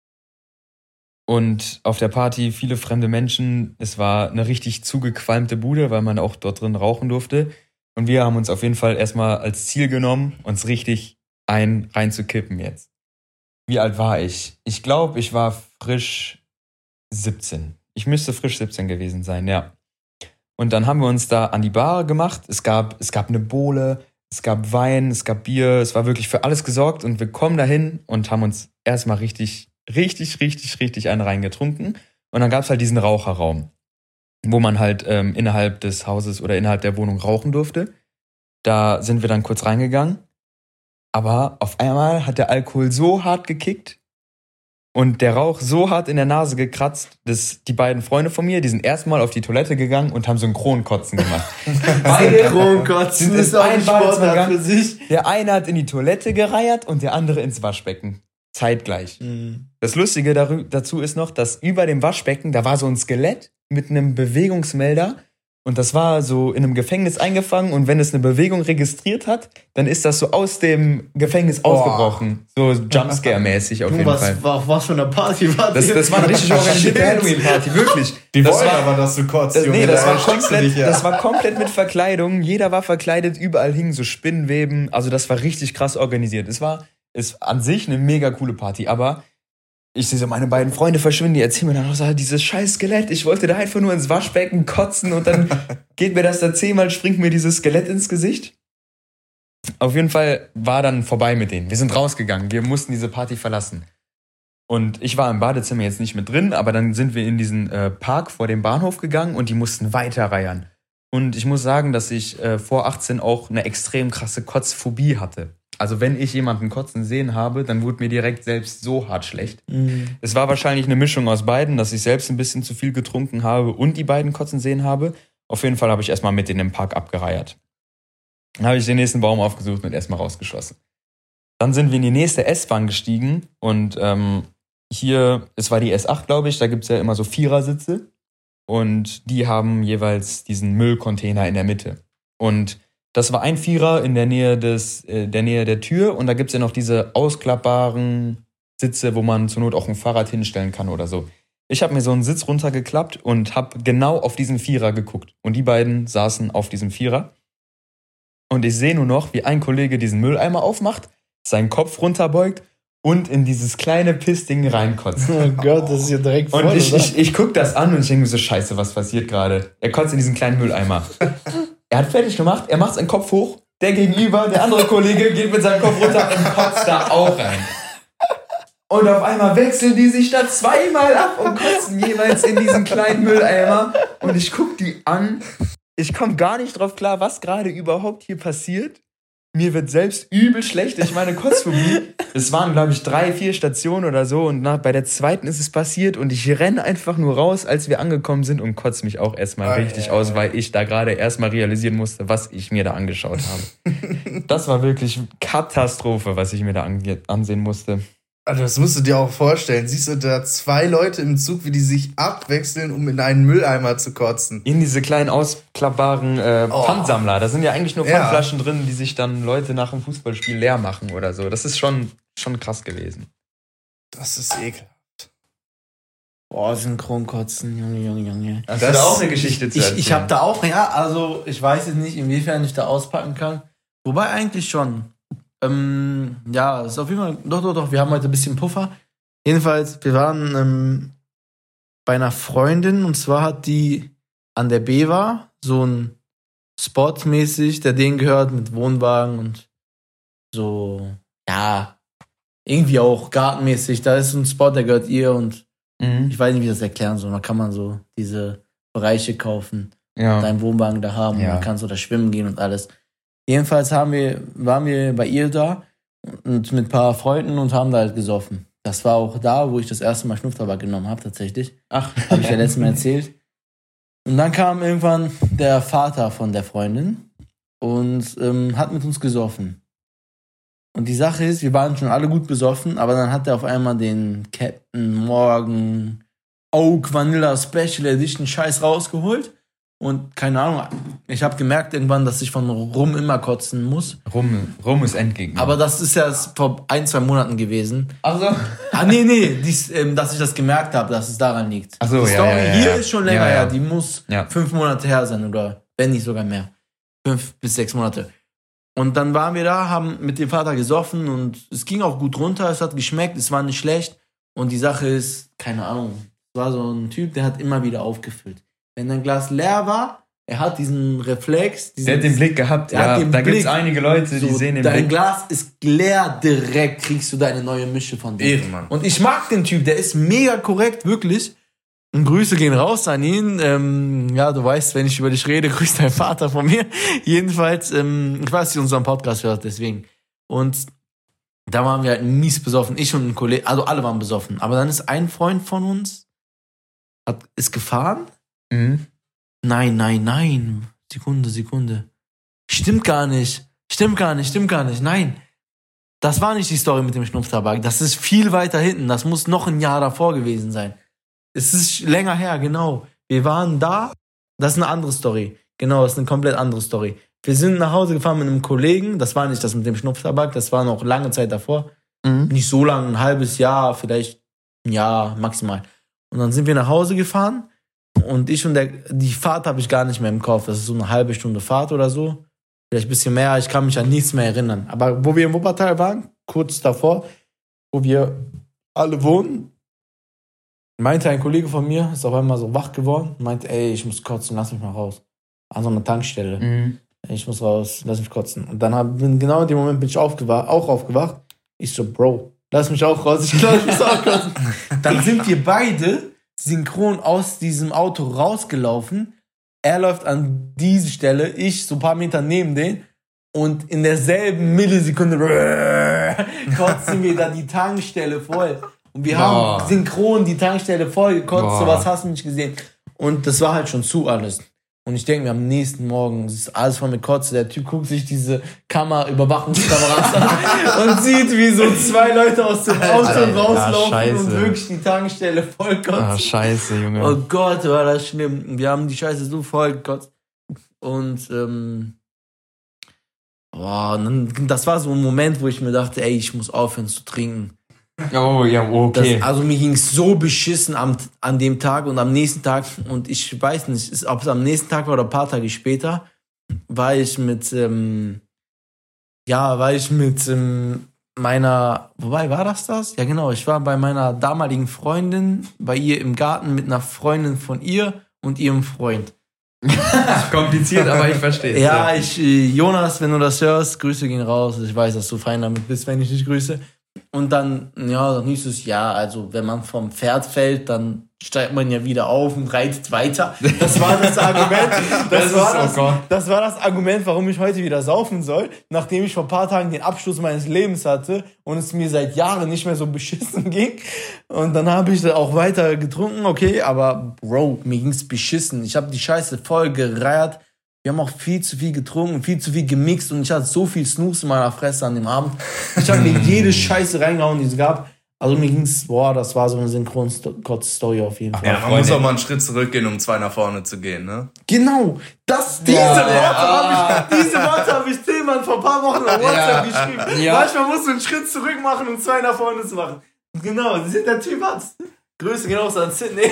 [SPEAKER 2] Und auf der Party viele fremde Menschen. Es war eine richtig zugequalmte Bude, weil man auch dort drin rauchen durfte. Und wir haben uns auf jeden Fall erstmal als Ziel genommen, uns richtig ein reinzukippen jetzt. Wie alt war ich? Ich glaube, ich war frisch siebzehn. Ich müsste frisch siebzehn gewesen sein, ja. Und dann haben wir uns da an die Bar gemacht. Es gab, es gab eine Bowle, es gab Wein, es gab Bier. Es war wirklich für alles gesorgt. Und wir kommen dahin und haben uns erstmal richtig, richtig, richtig, richtig einen reingetrunken. Und dann gab es halt diesen Raucherraum, wo man halt ähm, innerhalb des Hauses oder innerhalb der Wohnung rauchen durfte. Da sind wir dann kurz reingegangen. Aber auf einmal hat der Alkohol so hart gekickt, und der Rauch so hart in der Nase gekratzt, dass die beiden Freunde von mir, die sind erstmal auf die Toilette gegangen und haben Synchronkotzen gemacht. Beide
[SPEAKER 1] Synchronkotzen
[SPEAKER 2] sind
[SPEAKER 1] ist
[SPEAKER 2] in
[SPEAKER 1] auch ein
[SPEAKER 2] ein
[SPEAKER 1] Sportart
[SPEAKER 2] Badezimmer
[SPEAKER 1] für sich.
[SPEAKER 2] Der eine hat in die Toilette gereiert und der andere ins Waschbecken. Zeitgleich.
[SPEAKER 1] Mhm.
[SPEAKER 2] Das Lustige darü- dazu ist noch, dass über dem Waschbecken, da war so ein Skelett mit einem Bewegungsmelder und das war so in einem Gefängnis eingefangen und wenn es eine Bewegung registriert hat, dann ist das so aus dem Gefängnis
[SPEAKER 3] Boah.
[SPEAKER 2] ausgebrochen. So Jumpscare-mäßig auf
[SPEAKER 1] Du,
[SPEAKER 2] jeden
[SPEAKER 1] was,
[SPEAKER 2] Fall.
[SPEAKER 1] war, was für eine Party war
[SPEAKER 2] Das, das war eine richtig organisierte
[SPEAKER 1] Shit.
[SPEAKER 2] Halloween-Party, wirklich.
[SPEAKER 3] Die
[SPEAKER 2] das
[SPEAKER 3] wollen
[SPEAKER 2] war,
[SPEAKER 3] aber, dass du kotzt,
[SPEAKER 2] das,
[SPEAKER 3] Junge.
[SPEAKER 2] nee, das
[SPEAKER 3] da
[SPEAKER 2] war,
[SPEAKER 3] erstickst du dich
[SPEAKER 2] komplett,
[SPEAKER 3] ja.
[SPEAKER 2] das war komplett mit Verkleidung. Jeder war verkleidet, überall hingen so Spinnenweben. Also das war richtig krass organisiert. Es war ist an sich eine mega coole Party, aber ich sehe so, meine beiden Freunde verschwinden, die erzählen mir dann noch so, dieses scheiß Skelett, ich wollte da einfach nur ins Waschbecken kotzen und dann geht mir das da zehnmal, springt mir dieses Skelett ins Gesicht. Auf jeden Fall war dann vorbei mit denen. Wir sind rausgegangen, wir mussten diese Party verlassen. Und ich war im Badezimmer jetzt nicht mit drin, aber dann sind wir in diesen äh, Park vor dem Bahnhof gegangen und die mussten weiterreiern. Und ich muss sagen, dass ich äh, vor achtzehn auch eine extrem krasse Kotzphobie hatte. Also wenn ich jemanden kotzen sehen habe, dann wurde mir direkt selbst so hart schlecht.
[SPEAKER 1] Mhm.
[SPEAKER 2] Es war wahrscheinlich eine Mischung aus beiden, dass ich selbst ein bisschen zu viel getrunken habe und die beiden kotzen sehen habe. Auf jeden Fall habe ich erstmal mit in den Park abgereiert. Dann habe ich den nächsten Baum aufgesucht und erstmal rausgeschossen. Dann sind wir in die nächste S-Bahn gestiegen und ähm, hier, es war die S acht, glaube ich, da gibt es ja immer so Vierersitze und die haben jeweils diesen Müllcontainer in der Mitte. Und das war ein Vierer in der Nähe des, äh, der Nähe der Tür und da gibt's ja noch diese ausklappbaren Sitze, wo man zur Not auch ein Fahrrad hinstellen kann oder so. Ich habe mir so einen Sitz runtergeklappt und habe genau auf diesen Vierer geguckt. Und die beiden saßen auf diesem Vierer. Und ich sehe nur noch, wie ein Kollege diesen Mülleimer aufmacht, seinen Kopf runterbeugt und in dieses kleine Pissding reinkotzt.
[SPEAKER 1] Oh Gott, das ist ja direkt voll,
[SPEAKER 2] Und ich,
[SPEAKER 1] oder?
[SPEAKER 2] ich, ich guck das an und ich denke mir so, scheiße, was passiert gerade? Er kotzt in diesen kleinen Mülleimer. Er hat fertig gemacht, er macht seinen Kopf hoch, der gegenüber, der andere Kollege geht mit seinem Kopf runter und kotzt da auch rein. Und auf einmal wechseln die sich da zweimal ab und kotzen jeweils in diesen kleinen Mülleimer. Und ich guck die an, ich komme gar nicht drauf klar, was gerade überhaupt hier passiert. Mir wird selbst übel schlecht durch meine Kotzphobie. Es waren, glaube ich, drei, vier Stationen oder so. Und nach, bei der zweiten ist es passiert. Und ich renne einfach nur raus, als wir angekommen sind. Und kotze mich auch erstmal
[SPEAKER 3] Ah,
[SPEAKER 2] richtig
[SPEAKER 3] ja,
[SPEAKER 2] aus,
[SPEAKER 3] ja.
[SPEAKER 2] weil ich da gerade erstmal realisieren musste, was ich mir da angeschaut habe. Das war wirklich Katastrophe, was ich mir da ange- ansehen musste.
[SPEAKER 3] Also das musst du dir auch vorstellen. Siehst du da zwei Leute im Zug, wie die sich abwechseln, um in einen Mülleimer zu kotzen?
[SPEAKER 2] In diese kleinen ausklappbaren äh,
[SPEAKER 3] Oh.
[SPEAKER 2] Pfandsammler. Da sind ja eigentlich nur
[SPEAKER 3] Ja.
[SPEAKER 2] Pfandflaschen drin, die sich dann Leute nach dem Fußballspiel leer machen oder so. Das ist schon, schon krass gewesen.
[SPEAKER 3] Das ist ekelhaft.
[SPEAKER 1] Boah, Synchronkotzen, Junge, Junge, Junge.
[SPEAKER 2] Hast
[SPEAKER 3] Das-
[SPEAKER 2] du da auch eine Geschichte zu
[SPEAKER 1] Ich,
[SPEAKER 2] erzählen?
[SPEAKER 1] ich habe da auch, ja, also ich weiß jetzt nicht, inwiefern ich da auspacken kann. Wobei eigentlich schon. Ähm, ja, ist auf jeden Fall, doch, doch, doch, wir haben heute ein bisschen Puffer. Jedenfalls, wir waren ähm, bei einer Freundin und zwar hat die an der B war so ein Spot mäßig, der denen gehört mit Wohnwagen und so, ja, irgendwie auch gartenmäßig. Da ist ein Spot, der gehört ihr und
[SPEAKER 2] Mhm.
[SPEAKER 1] ich weiß nicht, wie ich das erklären soll. Da kann man so diese Bereiche kaufen,
[SPEAKER 2] Ja.
[SPEAKER 1] deinen Wohnwagen da haben,
[SPEAKER 2] Ja.
[SPEAKER 1] man kann so da schwimmen gehen und alles. Jedenfalls haben wir, waren wir bei ihr da und mit ein paar Freunden und haben da halt gesoffen. Das war auch da, wo ich das erste Mal Schnupftabak genommen habe, tatsächlich.
[SPEAKER 2] Ach,
[SPEAKER 1] Habe ich ja letztes Mal erzählt. Und dann kam irgendwann der Vater von der Freundin und ähm, hat mit uns gesoffen. Und die Sache ist, wir waren schon alle gut besoffen, aber dann hat er auf einmal den Captain Morgan Oak Vanilla Special Edition Scheiß rausgeholt. Und keine Ahnung, ich habe gemerkt irgendwann, dass ich von Rum immer kotzen muss.
[SPEAKER 2] Rum, Rum ist Endgegner.
[SPEAKER 1] Aber das ist ja vor ein, zwei Monaten gewesen.
[SPEAKER 2] also,
[SPEAKER 1] Ah, nee, nee, dies, ähm, dass ich das gemerkt habe, dass es daran liegt.
[SPEAKER 2] Ach so,
[SPEAKER 1] die
[SPEAKER 2] ja,
[SPEAKER 1] Story
[SPEAKER 2] ja, ja,
[SPEAKER 1] hier
[SPEAKER 2] ja.
[SPEAKER 1] ist schon länger
[SPEAKER 2] Ja, ja.
[SPEAKER 1] her. Die muss
[SPEAKER 2] Ja.
[SPEAKER 1] fünf Monate her sein oder wenn nicht sogar mehr. Fünf bis sechs Monate. Und dann waren wir da, haben mit dem Vater gesoffen und es ging auch gut runter, es hat geschmeckt, es war nicht schlecht. Und die Sache ist, keine Ahnung, es war so ein Typ, der hat immer wieder aufgefüllt. Wenn dein Glas leer war, er hat diesen Reflex, diesen,
[SPEAKER 2] der hat den Blick gehabt.
[SPEAKER 1] Der hat
[SPEAKER 2] Ja,
[SPEAKER 1] den
[SPEAKER 2] da
[SPEAKER 1] Blick.
[SPEAKER 2] gibt's einige Leute, die
[SPEAKER 1] so,
[SPEAKER 2] sehen den
[SPEAKER 1] dein
[SPEAKER 2] Blick.
[SPEAKER 1] Glas ist leer, direkt kriegst du deine neue Mische von dem.
[SPEAKER 3] Ehrenmann.
[SPEAKER 1] Und ich mag den Typ, der ist mega korrekt, wirklich. Und Grüße gehen raus an ihn. Ähm, ja, du weißt, wenn ich über dich rede, grüßt dein Vater von mir. Jedenfalls, ähm, ich weiß, dass ihr unseren Podcast hört, deswegen. Und Da waren wir halt mies besoffen. Ich und ein Kollege, also alle waren besoffen. Aber dann ist ein Freund von uns, hat, ist gefahren.
[SPEAKER 2] Mhm.
[SPEAKER 1] Nein, nein, nein. Sekunde, Sekunde. Stimmt gar nicht. Stimmt gar nicht, stimmt gar nicht. Nein. Das war nicht die Story mit dem Schnupftabak. Das ist viel weiter hinten. Das muss noch ein Jahr davor gewesen sein. Es ist länger her, genau. Wir waren da. Das ist eine andere Story. Genau, das ist eine komplett andere Story. Wir sind nach Hause gefahren mit einem Kollegen. Das war nicht das mit dem Schnupftabak. Das war noch lange Zeit davor.
[SPEAKER 2] Mhm.
[SPEAKER 1] Nicht so lang, ein halbes Jahr, vielleicht ein Jahr maximal. Und dann sind wir nach Hause gefahren. Und ich und der, die Fahrt habe ich gar nicht mehr im Kopf. Das ist so eine halbe Stunde Fahrt oder so. Vielleicht ein bisschen mehr. Ich kann mich an nichts mehr erinnern. Aber wo wir in Wuppertal waren, kurz davor, wo wir alle wohnen, meinte ein Kollege von mir, ist auf einmal so wach geworden, meinte, ey, ich muss kotzen, lass mich mal raus. An so einer Tankstelle.
[SPEAKER 2] Mhm.
[SPEAKER 1] Ich muss raus, lass mich kotzen. Und dann hab, genau in dem Moment bin ich aufgewacht, auch aufgewacht. Ich so, Bro, lass mich auch raus, ich lass mich auch kotzen. Dann sind wir beide synchron aus diesem Auto rausgelaufen. Er läuft an diese Stelle, ich so ein paar Meter neben den. Und in derselben Millisekunde kotzen wir da die Tankstelle voll. Und wir
[SPEAKER 2] Boah.
[SPEAKER 1] haben synchron die Tankstelle voll gekotzt,
[SPEAKER 2] Boah.
[SPEAKER 1] sowas hast du nicht gesehen. Und das war halt schon zu alles. Und ich denke mir, am nächsten Morgen ist alles voll mit Kotze. Der Typ guckt sich diese Kamera, Überwachungskameras an und sieht, wie so zwei Leute aus dem Auto
[SPEAKER 2] Alter,
[SPEAKER 1] rauslaufen
[SPEAKER 2] ja,
[SPEAKER 1] und wirklich die Tankstelle voll kotzen.
[SPEAKER 2] Ah, scheiße, Junge.
[SPEAKER 1] Oh Gott, war das schlimm. Wir haben die Scheiße so voll gekotzt. Und, ähm, boah, und dann, das war so ein Moment, wo ich mir dachte, ey, ich muss aufhören zu trinken.
[SPEAKER 2] Oh, ja, okay.
[SPEAKER 1] Das, also mir ging es so beschissen am, an dem Tag und am nächsten Tag, und ich weiß nicht, ob es am nächsten Tag war oder ein paar Tage später, war ich mit, ähm, ja, war ich mit ähm, meiner, wobei war das das? Ja genau, ich war bei meiner damaligen Freundin, bei ihr im Garten mit einer Freundin von ihr und ihrem Freund.
[SPEAKER 2] Kompliziert, aber ich verstehe es.
[SPEAKER 1] Ja, ich, äh, Jonas, wenn du das hörst, Grüße gehen raus. Ich weiß, dass du fein damit bist, wenn ich dich grüße. Und dann, ja, dann hieß es, ja, also wenn man vom Pferd fällt, dann steigt man ja wieder auf und reitet weiter. Das war das Argument. Das,
[SPEAKER 2] Das ist-
[SPEAKER 1] war,
[SPEAKER 2] oh
[SPEAKER 1] das,
[SPEAKER 2] Gott.
[SPEAKER 1] das war das Argument, warum ich heute wieder saufen soll, nachdem ich vor ein paar Tagen den Abschluss meines Lebens hatte und es mir seit Jahren nicht mehr so beschissen ging. Und dann habe ich auch weiter getrunken, okay, aber Bro, mir ging's beschissen. Ich habe die Scheiße voll gereiert. Wir haben auch viel zu viel getrunken, viel zu viel gemixt und ich hatte so viel Snooze in meiner Fresse an dem Abend. Ich habe mir jede Scheiße reingehauen, die es gab. Also mir ging's, boah, das war so eine Synchron-Story auf jeden Fall.
[SPEAKER 3] Ja, man muss auch mal einen Schritt zurückgehen, um zwei nach vorne zu gehen, ne?
[SPEAKER 1] Genau, das, diese
[SPEAKER 2] Ja,
[SPEAKER 1] Worte
[SPEAKER 2] ja.
[SPEAKER 1] habe ich, diese Worte habe ich Tillmann vor ein paar Wochen auf WhatsApp
[SPEAKER 2] Ja,
[SPEAKER 1] geschrieben.
[SPEAKER 2] ja.
[SPEAKER 1] Manchmal musst du einen Schritt zurück machen, um zwei nach vorne zu machen. Genau, der Typ hat's. Grüße genauso an Sydney.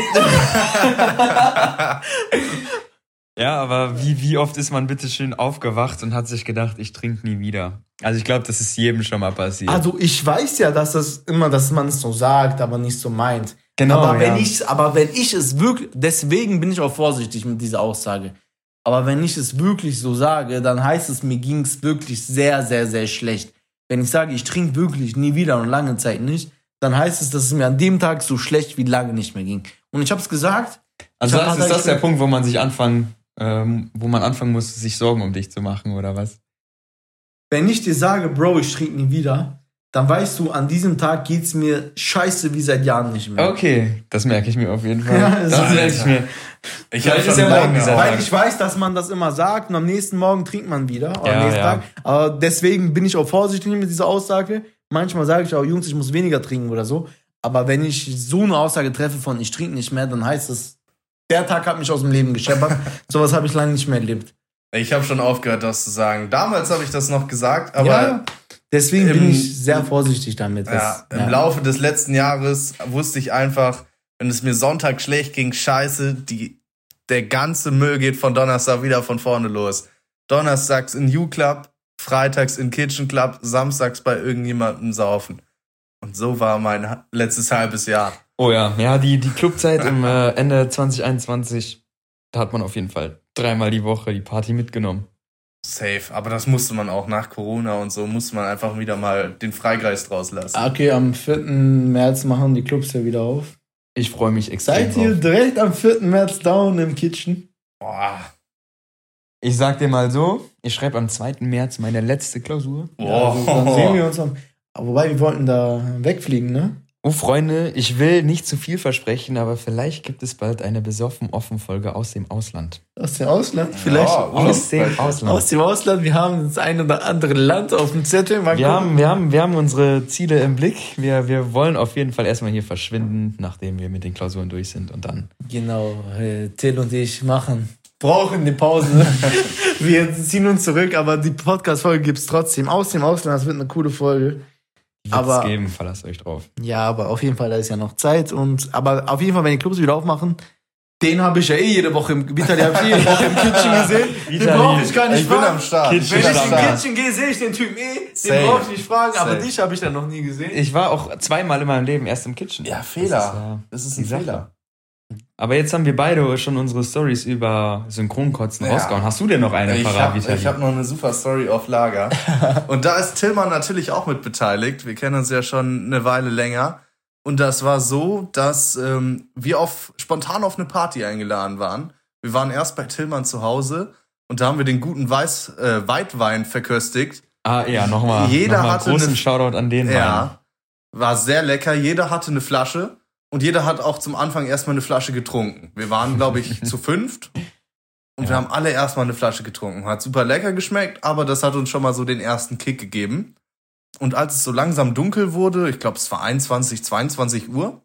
[SPEAKER 2] Ja, aber wie, wie oft ist man bitte schön aufgewacht und hat sich gedacht, ich trinke nie wieder? Also ich glaube, das ist jedem schon mal passiert.
[SPEAKER 1] Also ich weiß ja, dass das immer, dass man es so sagt, aber nicht so meint.
[SPEAKER 2] Genau,
[SPEAKER 1] aber wenn
[SPEAKER 2] ja.
[SPEAKER 1] ich, aber wenn ich es wirklich, deswegen bin ich auch vorsichtig mit dieser Aussage. Aber wenn ich es wirklich so sage, dann heißt es, mir ging es wirklich sehr, sehr, sehr schlecht. Wenn ich sage, ich trinke wirklich nie wieder und lange Zeit nicht, dann heißt es, dass es mir an dem Tag so schlecht wie lange nicht mehr ging. Und ich habe es gesagt.
[SPEAKER 2] also
[SPEAKER 1] ich hab
[SPEAKER 2] das,
[SPEAKER 1] ein
[SPEAKER 2] ist
[SPEAKER 1] paar
[SPEAKER 2] das der
[SPEAKER 1] Tage-
[SPEAKER 2] Punkt, wo man sich anfangen, ähm, wo man anfangen muss, sich Sorgen um dich zu machen, oder was?
[SPEAKER 1] Wenn ich dir sage, Bro, ich trinke nie wieder, dann weißt du, an diesem Tag geht's mir scheiße wie seit Jahren nicht mehr.
[SPEAKER 2] Okay, das merke ich mir auf jeden Fall.
[SPEAKER 1] Ja,
[SPEAKER 2] das
[SPEAKER 1] das ist-
[SPEAKER 2] merke ich mir.
[SPEAKER 3] Ich
[SPEAKER 2] Vielleicht
[SPEAKER 3] habe
[SPEAKER 2] ist
[SPEAKER 3] schon
[SPEAKER 2] ja morgen
[SPEAKER 3] lange
[SPEAKER 2] dieser
[SPEAKER 3] auch-
[SPEAKER 1] Weil ich weiß, dass man das immer sagt und am nächsten Morgen trinkt man wieder. Oder
[SPEAKER 2] Ja,
[SPEAKER 1] am nächsten
[SPEAKER 2] ja.
[SPEAKER 1] Tag. Aber deswegen bin ich auch vorsichtig mit dieser Aussage. Manchmal sage ich auch, Jungs, ich muss weniger trinken oder so. Aber wenn ich so eine Aussage treffe von ich trinke nicht mehr, dann heißt es, der Tag hat mich aus dem Leben gescheppert. Sowas habe ich lange nicht mehr erlebt.
[SPEAKER 3] Ich habe schon aufgehört, das zu sagen. Damals habe ich das noch gesagt, aber
[SPEAKER 1] ja, deswegen
[SPEAKER 3] im-
[SPEAKER 1] bin ich sehr vorsichtig damit.
[SPEAKER 3] ja,
[SPEAKER 1] dass-
[SPEAKER 3] im
[SPEAKER 1] ja.
[SPEAKER 3] Laufe des letzten Jahres wusste ich einfach, wenn es mir Sonntag schlecht ging, scheiße, die, der ganze Müll geht von Donnerstag wieder von vorne los. Donnerstags in U-Club, freitags in Kitchen Club, samstags bei irgendjemandem saufen. Und so war mein ha- letztes halbes Jahr.
[SPEAKER 2] Oh ja, ja, die, die Clubzeit im äh, Ende zwanzig einundzwanzig, da hat man auf jeden Fall dreimal die Woche die Party mitgenommen.
[SPEAKER 3] Safe. Aber das musste man auch nach Corona und so, musste man einfach wieder mal den Freigeist rauslassen.
[SPEAKER 1] Okay, am vierten März machen die Clubs ja wieder auf.
[SPEAKER 2] Ich freue mich extrem
[SPEAKER 1] Seid ihr
[SPEAKER 2] drauf.
[SPEAKER 1] direkt am vierten März down im Kitchen?
[SPEAKER 3] Boah.
[SPEAKER 2] Ich sag dir mal so, ich schreibe am zweiten März meine letzte Klausur.
[SPEAKER 1] Ja, also dann sehen wir uns am. Aber wobei, wir wollten da wegfliegen, ne?
[SPEAKER 2] Oh, Freunde, ich will nicht zu viel versprechen, aber vielleicht gibt es bald eine Besoffen-Offen-Folge aus dem Ausland.
[SPEAKER 1] Aus dem Ausland? Vielleicht.
[SPEAKER 3] Ja,
[SPEAKER 2] Aus dem Ausland.
[SPEAKER 1] Aus dem Ausland. Wir haben das ein oder andere Land auf dem Zettel. Mal
[SPEAKER 2] Wir
[SPEAKER 1] gucken.
[SPEAKER 2] haben, wir, haben, wir haben unsere Ziele im Blick. Wir, wir wollen auf jeden Fall erstmal hier verschwinden, nachdem wir mit den Klausuren durch sind und dann.
[SPEAKER 1] Genau, äh, Till und ich machen, brauchen eine Pause. Wir ziehen uns zurück, aber die Podcast-Folge gibt's trotzdem. Aus dem Ausland, das wird eine coole Folge.
[SPEAKER 2] Wird
[SPEAKER 1] Aber-
[SPEAKER 2] es geben, verlasst euch drauf.
[SPEAKER 1] Ja, aber auf jeden Fall, da ist ja noch Zeit. Und aber auf jeden Fall, wenn die Clubs wieder aufmachen, den habe ich ja eh jede Woche im Vitali habe ich eh jede Woche im Kitchen gesehen. Den
[SPEAKER 2] Vitali,
[SPEAKER 1] brauche ich gar nicht
[SPEAKER 3] Ich bin
[SPEAKER 1] fragen.
[SPEAKER 3] am Start.
[SPEAKER 2] Kitchen
[SPEAKER 1] Wenn ich
[SPEAKER 3] bin am
[SPEAKER 1] im
[SPEAKER 3] Start.
[SPEAKER 1] Kitchen gehe, sehe ich den Typen eh.
[SPEAKER 3] Safe.
[SPEAKER 1] Den brauche ich nicht fragen, aber
[SPEAKER 3] Safe.
[SPEAKER 1] dich habe ich dann noch nie gesehen.
[SPEAKER 2] Ich war auch zweimal in meinem Leben erst im Kitchen.
[SPEAKER 3] Ja,
[SPEAKER 2] Das ist,
[SPEAKER 3] Fehler.
[SPEAKER 2] ja
[SPEAKER 3] Das ist
[SPEAKER 2] die
[SPEAKER 3] ein
[SPEAKER 2] Sache.
[SPEAKER 3] Fehler.
[SPEAKER 2] Aber jetzt haben wir beide schon unsere Stories über Synchronkotzen
[SPEAKER 3] Ja.
[SPEAKER 2] rausgehauen. Hast du denn noch eine
[SPEAKER 3] Ich
[SPEAKER 2] parat,
[SPEAKER 3] habe
[SPEAKER 2] Vitali?
[SPEAKER 3] hab noch eine super Story auf Lager. Und da ist Tillmann natürlich auch mit beteiligt. Wir kennen uns ja schon eine Weile länger. Und das war so, dass ähm, wir auf, spontan auf eine Party eingeladen waren. Wir waren erst bei Tillmann zu Hause und da haben wir den guten Weiß, äh, Weitwein verköstigt.
[SPEAKER 2] Ah ja, nochmal
[SPEAKER 3] Jeder
[SPEAKER 2] noch mal
[SPEAKER 3] hatte
[SPEAKER 2] großen
[SPEAKER 3] eine-
[SPEAKER 2] Shoutout an den Wein.
[SPEAKER 3] Ja, war sehr lecker. Jeder hatte eine Flasche und jeder hat auch zum Anfang erstmal eine Flasche getrunken. Wir waren, glaube ich, zu fünft und
[SPEAKER 2] Ja.
[SPEAKER 3] wir haben alle erstmal eine Flasche getrunken. Hat super lecker geschmeckt, aber das hat uns schon mal so den ersten Kick gegeben. Und als es so langsam dunkel wurde, ich glaube, es war einundzwanzig, zweiundzwanzig Uhr,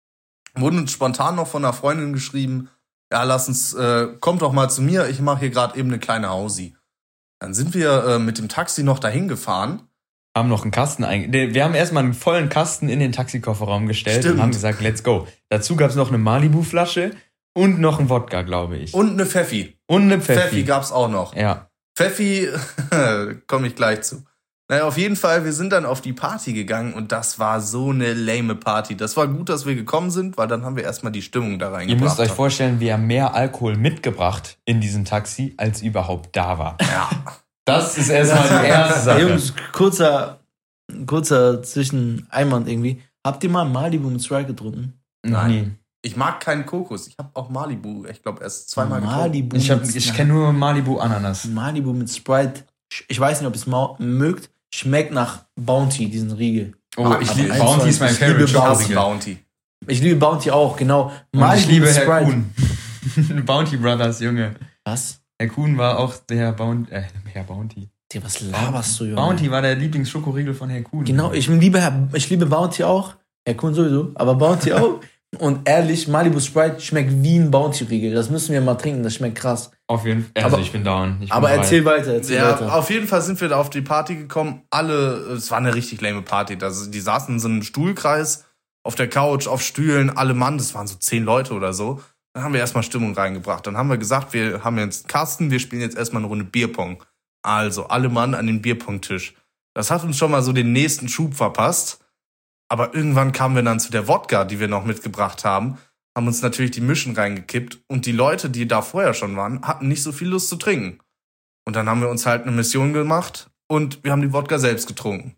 [SPEAKER 3] wurden uns spontan noch von einer Freundin geschrieben, ja, lass uns, äh, kommt doch mal zu mir, ich mache hier gerade eben eine kleine Hausi. Dann sind wir äh, mit dem Taxi noch dahin gefahren.
[SPEAKER 2] Haben noch einen Kasten einge... Wir haben erstmal einen vollen Kasten in den Taxikofferraum gestellt
[SPEAKER 3] Stimmt.
[SPEAKER 2] und haben gesagt, let's go. Dazu gab es noch eine Malibu-Flasche und noch einen Wodka, glaube ich.
[SPEAKER 3] Und eine Pfeffi.
[SPEAKER 2] Und eine
[SPEAKER 3] Pfeffi,
[SPEAKER 2] Pfeffi.
[SPEAKER 3] gab's auch noch.
[SPEAKER 2] Ja.
[SPEAKER 3] Pfeffi, komme ich gleich zu. Naja, auf jeden Fall, wir sind dann auf die Party gegangen und das war so eine lame Party. Das war gut, dass wir gekommen sind, weil dann haben wir erstmal die Stimmung da
[SPEAKER 2] Ihr
[SPEAKER 3] reingebracht.
[SPEAKER 2] müsst euch vorstellen, wir haben mehr Alkohol mitgebracht in diesem Taxi, als überhaupt da war.
[SPEAKER 3] Ja.
[SPEAKER 2] Das ist erstmal die erste Sache.
[SPEAKER 1] Jungs, kurzer, kurzer Zwischeneinwand irgendwie. Habt ihr mal Malibu mit Sprite getrunken?
[SPEAKER 2] Nein.
[SPEAKER 3] Ich mag keinen Kokos. Ich habe auch Malibu, ich glaube, erst zweimal getrunken.
[SPEAKER 1] Malibu
[SPEAKER 2] Ich, hab-
[SPEAKER 1] mit-
[SPEAKER 2] ich kenne nur Malibu Ananas.
[SPEAKER 1] Malibu mit Sprite. Ich weiß nicht, ob ihr es mau- mögt. Schmeckt nach Bounty, diesen Riegel.
[SPEAKER 2] Oh,
[SPEAKER 3] Ah,
[SPEAKER 2] ich
[SPEAKER 3] aber
[SPEAKER 2] liebe
[SPEAKER 3] eins
[SPEAKER 2] Bounty
[SPEAKER 1] zu
[SPEAKER 2] ist mein
[SPEAKER 1] eins. Ich liebe
[SPEAKER 2] Favorite.
[SPEAKER 3] Ich hasse
[SPEAKER 2] Schokoriegel.
[SPEAKER 3] Bounty.
[SPEAKER 1] Ich liebe Bounty auch, genau.
[SPEAKER 2] Und ich liebe
[SPEAKER 1] mit
[SPEAKER 2] Herr Kuhn. Bounty Brothers, Junge.
[SPEAKER 1] Was?
[SPEAKER 2] Herr Kuhn war auch der Bounty. Äh, Herr Bounty.
[SPEAKER 1] Digga, was laberst du, Junge?
[SPEAKER 2] Bounty war der Lieblingsschokoriegel von Herr Kuhn.
[SPEAKER 1] Genau, ich liebe, Herr- ich liebe Bounty auch. Herr Kuhn sowieso, aber Bounty auch. Und ehrlich, Malibu Sprite schmeckt wie ein Bounty-Riegel. Das müssen wir mal trinken, das schmeckt krass.
[SPEAKER 2] Auf jeden Fall. Also
[SPEAKER 1] Aber-
[SPEAKER 2] ich bin down. Ich bin
[SPEAKER 1] Aber
[SPEAKER 2] bereit.
[SPEAKER 1] erzähl weiter, erzähl
[SPEAKER 3] Ja,
[SPEAKER 1] weiter.
[SPEAKER 3] auf jeden Fall sind wir da auf die Party gekommen. Alle, es war eine richtig lame Party. Das, die saßen in so einem Stuhlkreis auf der Couch, auf Stühlen, alle Mann, das waren so zehn Leute oder so. Dann haben wir erstmal Stimmung reingebracht. Dann haben wir gesagt, wir haben jetzt einen Kasten, wir spielen jetzt erstmal eine Runde Bierpong. Also, alle Mann an den Bierpong-Tisch. Das hat uns schon mal so den nächsten Schub verpasst. Aber irgendwann kamen wir dann zu der Wodka, die wir noch mitgebracht haben, haben uns natürlich die Mischen reingekippt. Und die Leute, die da vorher schon waren, hatten nicht so viel Lust zu trinken. Und dann haben wir uns halt eine Mission gemacht und wir haben die Wodka selbst getrunken.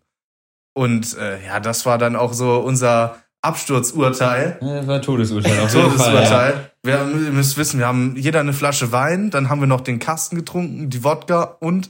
[SPEAKER 3] Und äh, ja, das war dann auch so unser Absturzurteil.
[SPEAKER 2] Ja, das war Todesurteil. Auf jeden Fall, ja.
[SPEAKER 3] Todesurteil. Wir haben, ihr müsst wissen, wir haben jeder eine Flasche Wein, dann haben wir noch den Kasten getrunken, die Wodka und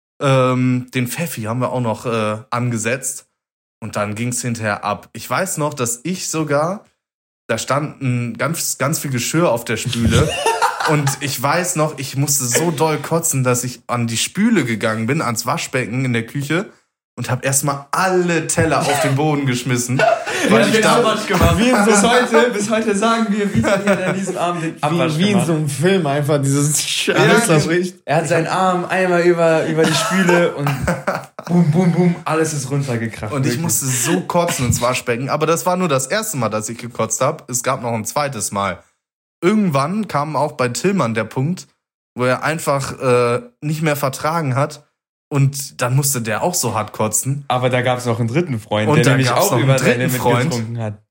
[SPEAKER 3] ähm, den Pfeffi haben wir auch noch äh, angesetzt. Und dann ging's hinterher ab. Ich weiß noch, dass ich sogar, da stand ein ganz, ganz viel Geschirr auf der Spüle. Und ich weiß noch, ich musste so doll kotzen, dass ich an die Spüle gegangen bin, ans Waschbecken in der Küche und habe erstmal alle Teller auf den Boden geschmissen. Weil ich da,
[SPEAKER 2] gemacht. Wie in bis, heute, bis heute sagen wir, wie hat er an diesem Abend den Abwasch
[SPEAKER 1] Wie, wie in
[SPEAKER 2] gemacht.
[SPEAKER 1] so einem Film einfach dieses
[SPEAKER 3] Ja,
[SPEAKER 1] alles
[SPEAKER 3] genau.
[SPEAKER 1] zerbricht.
[SPEAKER 2] Er hat seinen Arm einmal über, über die Spüle und boom, boom, boom, alles ist runtergekracht.
[SPEAKER 3] Und ich
[SPEAKER 2] Wirklich.
[SPEAKER 3] musste so kotzen ins Waschbecken. Aber das war nur das erste Mal, dass ich gekotzt habe. Es gab noch ein zweites Mal. Irgendwann kam auch bei Tillmann der Punkt, wo er einfach äh, nicht mehr vertragen hat. Und dann musste der auch so hart kotzen.
[SPEAKER 2] Aber da gab es noch einen dritten Freund,
[SPEAKER 3] Und
[SPEAKER 2] der
[SPEAKER 3] da
[SPEAKER 2] nämlich
[SPEAKER 3] gab's
[SPEAKER 2] auch
[SPEAKER 3] noch einen
[SPEAKER 2] über sein
[SPEAKER 3] dritten
[SPEAKER 2] Limit
[SPEAKER 3] Freund.
[SPEAKER 2] getrunken hat.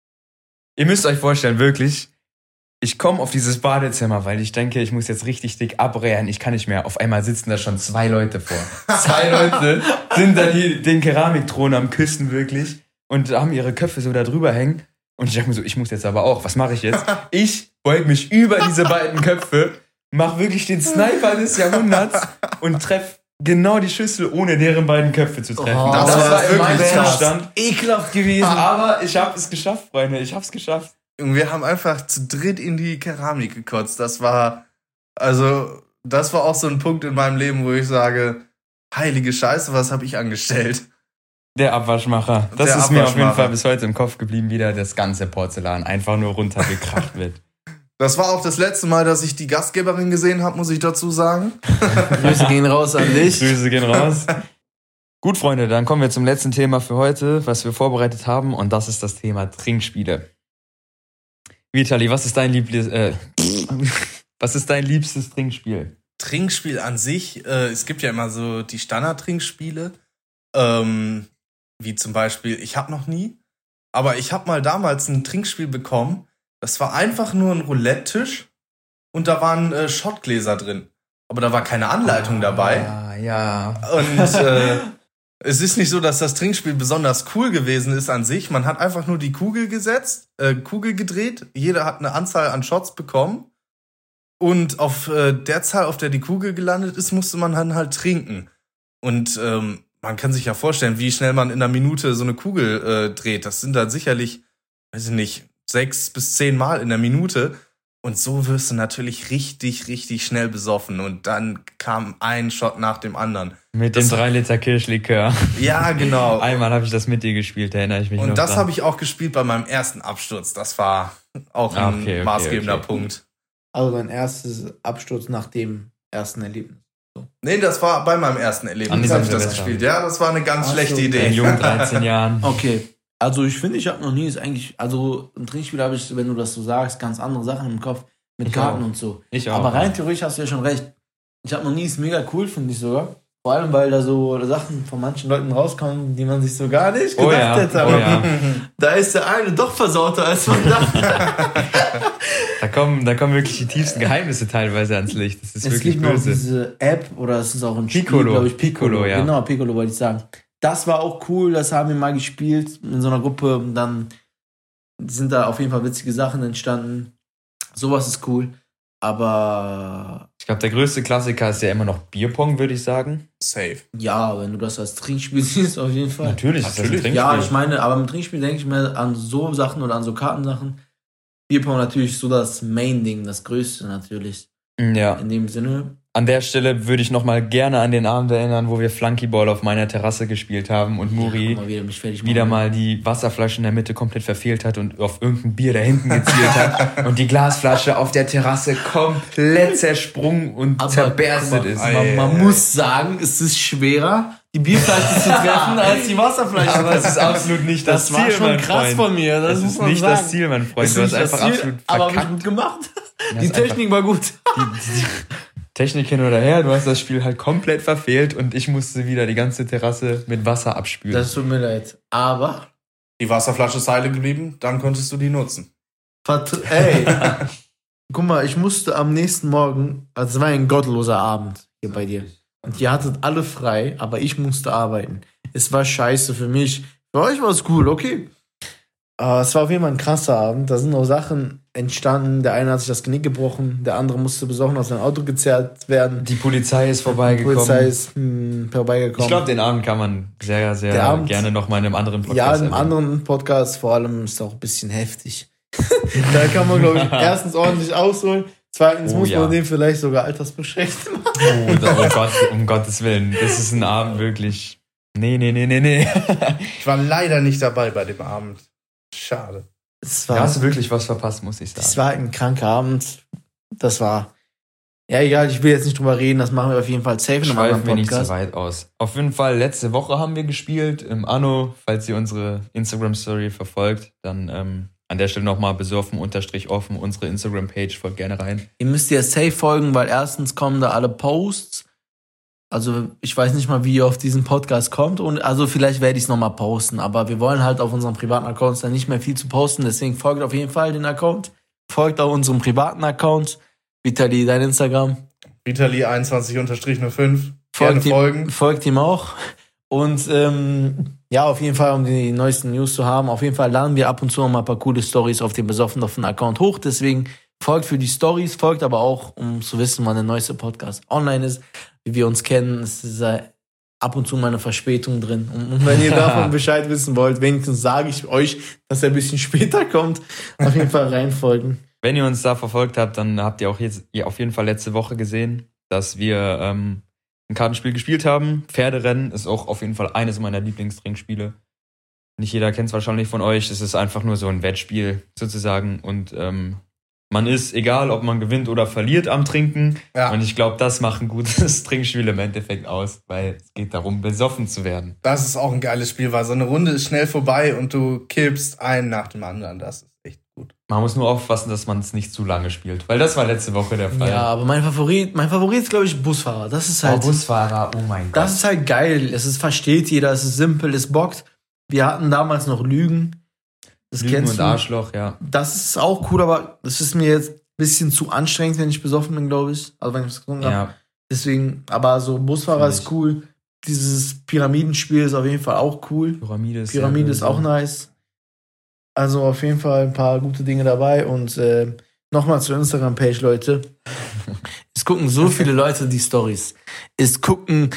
[SPEAKER 2] Ihr müsst euch vorstellen, wirklich, ich komme auf dieses Badezimmer, weil ich denke, ich muss jetzt richtig dick abrehren. Ich kann nicht mehr. Auf einmal sitzen da schon zwei Leute vor. Zwei Leute sind da die, den Keramikthron am Küssen wirklich und haben ihre Köpfe so da drüber hängen. Und ich dachte mir so, ich muss jetzt aber auch. Was mache ich jetzt? Ich beug mich über diese beiden Köpfe, mach wirklich den Sniper des Jahrhunderts und treff genau die Schüssel, ohne deren beiden Köpfe zu treffen.
[SPEAKER 1] Oh,
[SPEAKER 2] das,
[SPEAKER 3] das
[SPEAKER 2] war
[SPEAKER 3] ist
[SPEAKER 2] in meinem
[SPEAKER 3] wirklich krass.
[SPEAKER 2] Zustand.
[SPEAKER 1] Ekelhaft gewesen.
[SPEAKER 2] Aber ich habe es geschafft, Freunde. Ich habe es geschafft.
[SPEAKER 3] Wir haben einfach zu dritt in die Keramik gekotzt. Das war, also, das war auch so ein Punkt in meinem Leben, wo ich sage, heilige Scheiße, was habe ich angestellt?
[SPEAKER 2] Der Abwaschmacher. Das
[SPEAKER 3] Der
[SPEAKER 2] ist mir auf jeden
[SPEAKER 3] Abwaschmacher.
[SPEAKER 2] Fall bis heute im Kopf geblieben, wie da das ganze Porzellan einfach nur runtergekracht wird.
[SPEAKER 3] Das war auch das letzte Mal, dass ich die Gastgeberin gesehen habe, muss ich dazu sagen.
[SPEAKER 1] Grüße gehen raus an dich.
[SPEAKER 2] Grüße gehen raus. Gut, Freunde, dann kommen wir zum letzten Thema für heute, was wir vorbereitet haben, und das ist das Thema Trinkspiele. Vitali, was ist dein Lieblis, äh, was ist dein liebstes Trinkspiel?
[SPEAKER 3] Trinkspiel an sich, äh, es gibt ja immer so die Standard-Trinkspiele, ähm, wie zum Beispiel, ich habe noch nie, aber ich habe mal damals ein Trinkspiel bekommen, das war einfach nur ein Roulette-Tisch und da waren äh, Schottgläser drin. Aber da war keine Anleitung dabei.
[SPEAKER 2] Ah, ja.
[SPEAKER 3] Und äh, es ist nicht so, dass das Trinkspiel besonders cool gewesen ist an sich. Man hat einfach nur die Kugel gesetzt, äh, Kugel gedreht. Jeder hat eine Anzahl an Shots bekommen. Und auf äh, der Zahl, auf der die Kugel gelandet ist, musste man dann halt trinken. Und ähm, man kann sich ja vorstellen, wie schnell man in einer Minute so eine Kugel äh, dreht. Das sind dann sicherlich, weiß ich nicht, sechs bis zehn Mal in der Minute. Und so wirst du natürlich richtig, richtig schnell besoffen. Und dann kam ein Shot nach dem anderen.
[SPEAKER 2] Mit
[SPEAKER 3] Das-
[SPEAKER 2] dem drei Liter Kirschlikör.
[SPEAKER 3] Ja, genau.
[SPEAKER 2] Einmal habe ich das mit dir gespielt, da erinnere ich mich noch
[SPEAKER 3] Und das
[SPEAKER 2] dran.
[SPEAKER 3] habe ich auch gespielt bei meinem ersten Absturz. Das war auch
[SPEAKER 2] Ah,
[SPEAKER 3] ein
[SPEAKER 2] okay, okay,
[SPEAKER 3] maßgebender
[SPEAKER 2] okay.
[SPEAKER 3] Punkt.
[SPEAKER 1] Also dein erstes Absturz nach dem ersten Erlebnis.
[SPEAKER 3] Nee, das war bei meinem ersten
[SPEAKER 2] An
[SPEAKER 3] Erlebnis,
[SPEAKER 2] diesem
[SPEAKER 3] habe ich das
[SPEAKER 2] Silvester.
[SPEAKER 3] gespielt. Ja, das war eine ganz
[SPEAKER 1] Ach
[SPEAKER 3] schlechte
[SPEAKER 1] so,
[SPEAKER 2] In
[SPEAKER 3] Idee.
[SPEAKER 2] jungen dreizehn Jahren.
[SPEAKER 1] Okay. Also ich finde, ich habe noch nie, ist eigentlich, also ein Trinkspiel habe ich, wenn du das so sagst, ganz andere Sachen im Kopf. Mit
[SPEAKER 2] Ich
[SPEAKER 1] Karten
[SPEAKER 2] auch.
[SPEAKER 1] und so.
[SPEAKER 2] Ich auch.
[SPEAKER 1] Aber rein theoretisch hast du ja schon recht. Ich habe noch nie, ist mega cool, finde ich sogar. Vor allem, weil da so Sachen von manchen Leuten rauskommen, die man sich so gar nicht gedacht
[SPEAKER 2] Oh ja,
[SPEAKER 1] hätte.
[SPEAKER 2] oh ja.
[SPEAKER 1] Da ist der eine doch versauter, als man dachte.
[SPEAKER 2] Da kommen, da kommen wirklich die tiefsten Geheimnisse teilweise ans Licht. Das ist
[SPEAKER 1] Es
[SPEAKER 2] wirklich
[SPEAKER 1] gibt noch
[SPEAKER 2] böse.
[SPEAKER 1] diese App, oder es ist auch ein
[SPEAKER 2] Piccolo.
[SPEAKER 1] Spiel, glaube ich, Piccolo.
[SPEAKER 2] Piccolo, ja.
[SPEAKER 1] Genau, Piccolo wollte ich sagen. Das war auch cool, das haben wir mal gespielt in so einer Gruppe. Und dann sind da auf jeden Fall witzige Sachen entstanden. Sowas ist cool. Aber
[SPEAKER 2] Ich glaube, der größte Klassiker ist ja immer noch Bierpong, würde ich sagen.
[SPEAKER 3] Safe.
[SPEAKER 1] ja, wenn du das als Trinkspiel siehst, auf jeden Fall.
[SPEAKER 2] Natürlich,
[SPEAKER 3] Natürlich.
[SPEAKER 2] ist das ein Trinkspiel.
[SPEAKER 1] Ja, ich meine, aber mit Trinkspiel denke ich mir an so Sachen oder an so Kartensachen. Bierpong natürlich so das Main-Ding, das Größte natürlich.
[SPEAKER 2] Ja.
[SPEAKER 1] In dem Sinne.
[SPEAKER 2] An der Stelle würde ich noch mal gerne an den Abend erinnern, wo wir Flunkyball auf meiner Terrasse gespielt haben und Muri
[SPEAKER 1] Ja, guck mal, wieder, mich fertig
[SPEAKER 2] wieder
[SPEAKER 1] machen.
[SPEAKER 2] mal die Wasserflasche in der Mitte komplett verfehlt hat und auf irgendein Bier da hinten gezielt hat und die Glasflasche auf der Terrasse komplett zersprungen und
[SPEAKER 1] Aber
[SPEAKER 2] zerberstet
[SPEAKER 1] guck mal,
[SPEAKER 2] ist.
[SPEAKER 3] Ei,
[SPEAKER 1] Man, man
[SPEAKER 3] ei, ei.
[SPEAKER 1] muss sagen, es ist schwerer, die Bierflasche zu treffen, als die Wasserflasche.
[SPEAKER 2] Aber das ist absolut nicht das,
[SPEAKER 1] das war
[SPEAKER 2] Ziel,
[SPEAKER 1] schon
[SPEAKER 2] mein
[SPEAKER 1] krass
[SPEAKER 2] Freund.
[SPEAKER 1] von mir. Das,
[SPEAKER 2] Das
[SPEAKER 1] muss
[SPEAKER 2] ist
[SPEAKER 1] man
[SPEAKER 2] nicht
[SPEAKER 1] sagen.
[SPEAKER 2] das Ziel, mein Freund.
[SPEAKER 1] Ist
[SPEAKER 2] Du hast
[SPEAKER 1] nicht das
[SPEAKER 2] einfach
[SPEAKER 1] Ziel,
[SPEAKER 2] absolut
[SPEAKER 1] aber hab ich
[SPEAKER 2] verkackt.
[SPEAKER 1] gut gemacht.
[SPEAKER 2] Das
[SPEAKER 1] Die
[SPEAKER 2] ist
[SPEAKER 1] Technik war gut.
[SPEAKER 2] Die, die Technik hin oder her, du hast das Spiel halt komplett verfehlt und ich musste wieder die ganze Terrasse mit Wasser abspülen.
[SPEAKER 1] Das tut mir leid. Aber,
[SPEAKER 3] Die Wasserflasche ist heile geblieben, dann konntest du die nutzen.
[SPEAKER 1] vert- ey, guck mal, ich musste am nächsten Morgen, also es war ein gottloser Abend hier bei dir. Und ihr hattet alle frei, aber ich musste arbeiten. Es war scheiße für mich. Für euch war es cool, okay. Aber es war auf jeden Fall ein krasser Abend. Da sind auch Sachen entstanden. Der eine hat sich das Genick gebrochen, der andere musste besoffen aus seinem Auto gezerrt werden.
[SPEAKER 2] Die Polizei ist
[SPEAKER 1] Die
[SPEAKER 2] vorbeigekommen.
[SPEAKER 1] Polizei ist hm, vorbeigekommen.
[SPEAKER 2] Ich glaube, den Abend kann man sehr, sehr
[SPEAKER 1] Der Abend-
[SPEAKER 2] gerne noch mal in einem anderen Podcast
[SPEAKER 1] Ja, in einem
[SPEAKER 2] erwähnen.
[SPEAKER 1] anderen Podcast vor allem ist auch ein bisschen heftig. Da kann man, glaube ich, erstens ordentlich ausholen. Zweitens
[SPEAKER 2] Oh,
[SPEAKER 1] muss
[SPEAKER 2] ja.
[SPEAKER 1] man den vielleicht sogar altersbeschränkt machen.
[SPEAKER 2] Oh, oh Gott, um Gottes Willen. Das ist ein Abend wirklich. Nee, nee, nee, nee, nee.
[SPEAKER 3] Ich war leider nicht dabei bei dem Abend. Schade.
[SPEAKER 1] Es
[SPEAKER 2] Da
[SPEAKER 1] war,
[SPEAKER 2] hast du wirklich was verpasst, muss ich
[SPEAKER 1] es
[SPEAKER 2] sagen.
[SPEAKER 1] war ein kranker Abend. Das war. Ja, egal, ich will jetzt nicht drüber reden. Das machen wir auf jeden Fall safe in einem
[SPEAKER 2] Schweifen
[SPEAKER 1] anderen
[SPEAKER 2] wir nicht
[SPEAKER 1] Podcast.
[SPEAKER 2] so weit aus. Auf jeden Fall, letzte Woche haben wir gespielt im Anno. Falls ihr unsere Instagram-Story verfolgt, dann ähm, an der Stelle nochmal besoffen unterstrich offen unsere Instagram-Page, folgt gerne rein.
[SPEAKER 1] Ihr müsst ja safe folgen, weil erstens kommen da alle Posts. Also ich weiß nicht mal, wie ihr auf diesen Podcast kommt. Und also vielleicht werde ich es nochmal posten. Aber wir wollen halt auf unseren privaten Accounts dann nicht mehr viel zu posten. Deswegen folgt auf jeden Fall den Account. Folgt auch unserem privaten Account. Vitali, dein Instagram.
[SPEAKER 3] Vitali einundzwanzig null fünf. Gerne
[SPEAKER 1] Folgt ihm,
[SPEAKER 3] folgen.
[SPEAKER 1] folgt ihm auch. Und ähm, ja, auf jeden Fall, um die neuesten News zu haben, auf jeden Fall laden wir ab und zu noch mal ein paar coole Stories auf dem besoffenen Account hoch. Deswegen folgt für die Stories, folgt aber auch, um zu wissen, wann der neueste Podcast online ist. wie wir uns kennen, ist dieser ab und zu mal eine Verspätung drin. Und, und wenn ihr davon Bescheid wissen wollt, wenigstens sage ich euch, dass er ein bisschen später kommt. Auf jeden Fall reinfolgen.
[SPEAKER 2] Wenn ihr uns da verfolgt habt, dann habt ihr auch jetzt ihr auf jeden Fall letzte Woche gesehen, dass wir ähm, ein Kartenspiel gespielt haben. Pferderennen ist auch auf jeden Fall eines meiner Lieblingstrinkspiele. Nicht jeder kennt es wahrscheinlich von euch. Es ist einfach nur so ein Wettspiel sozusagen. Und ähm, man ist, egal ob man gewinnt oder verliert am Trinken. Ja. Und ich glaube, das macht ein gutes Trinkspiel im Endeffekt aus, weil es geht darum, besoffen zu werden.
[SPEAKER 3] Das ist auch ein geiles Spiel, weil so eine Runde ist schnell vorbei und du kippst einen nach dem anderen. Das ist echt gut.
[SPEAKER 2] Man muss nur aufpassen, dass man es nicht zu lange spielt, weil das war letzte Woche der Fall.
[SPEAKER 1] Ja, aber mein Favorit, mein Favorit ist, glaube ich, Busfahrer. Das ist halt.
[SPEAKER 2] Oh, Busfahrer, oh mein Gott.
[SPEAKER 1] Das ist halt geil. Es ist, versteht jeder, es ist simpel, es bockt. Wir hatten damals noch Lügen. Das
[SPEAKER 2] Lügen
[SPEAKER 1] kennst
[SPEAKER 2] und
[SPEAKER 1] du.
[SPEAKER 2] Arschloch, ja.
[SPEAKER 1] Das ist auch cool, aber das ist mir jetzt ein bisschen zu anstrengend, wenn ich besoffen bin, glaube ich. Also wenn ich es getrunken habe.
[SPEAKER 2] Ja.
[SPEAKER 1] Deswegen, aber so Busfahrer ist cool. Dieses Pyramidenspiel ist auf jeden Fall auch cool.
[SPEAKER 2] Pyramide ist,
[SPEAKER 1] Pyramide ist auch nice. Also auf jeden Fall ein paar gute Dinge dabei. Und äh, nochmal zur Instagram-Page, Leute. Es gucken so viele Leute die Stories. Es gucken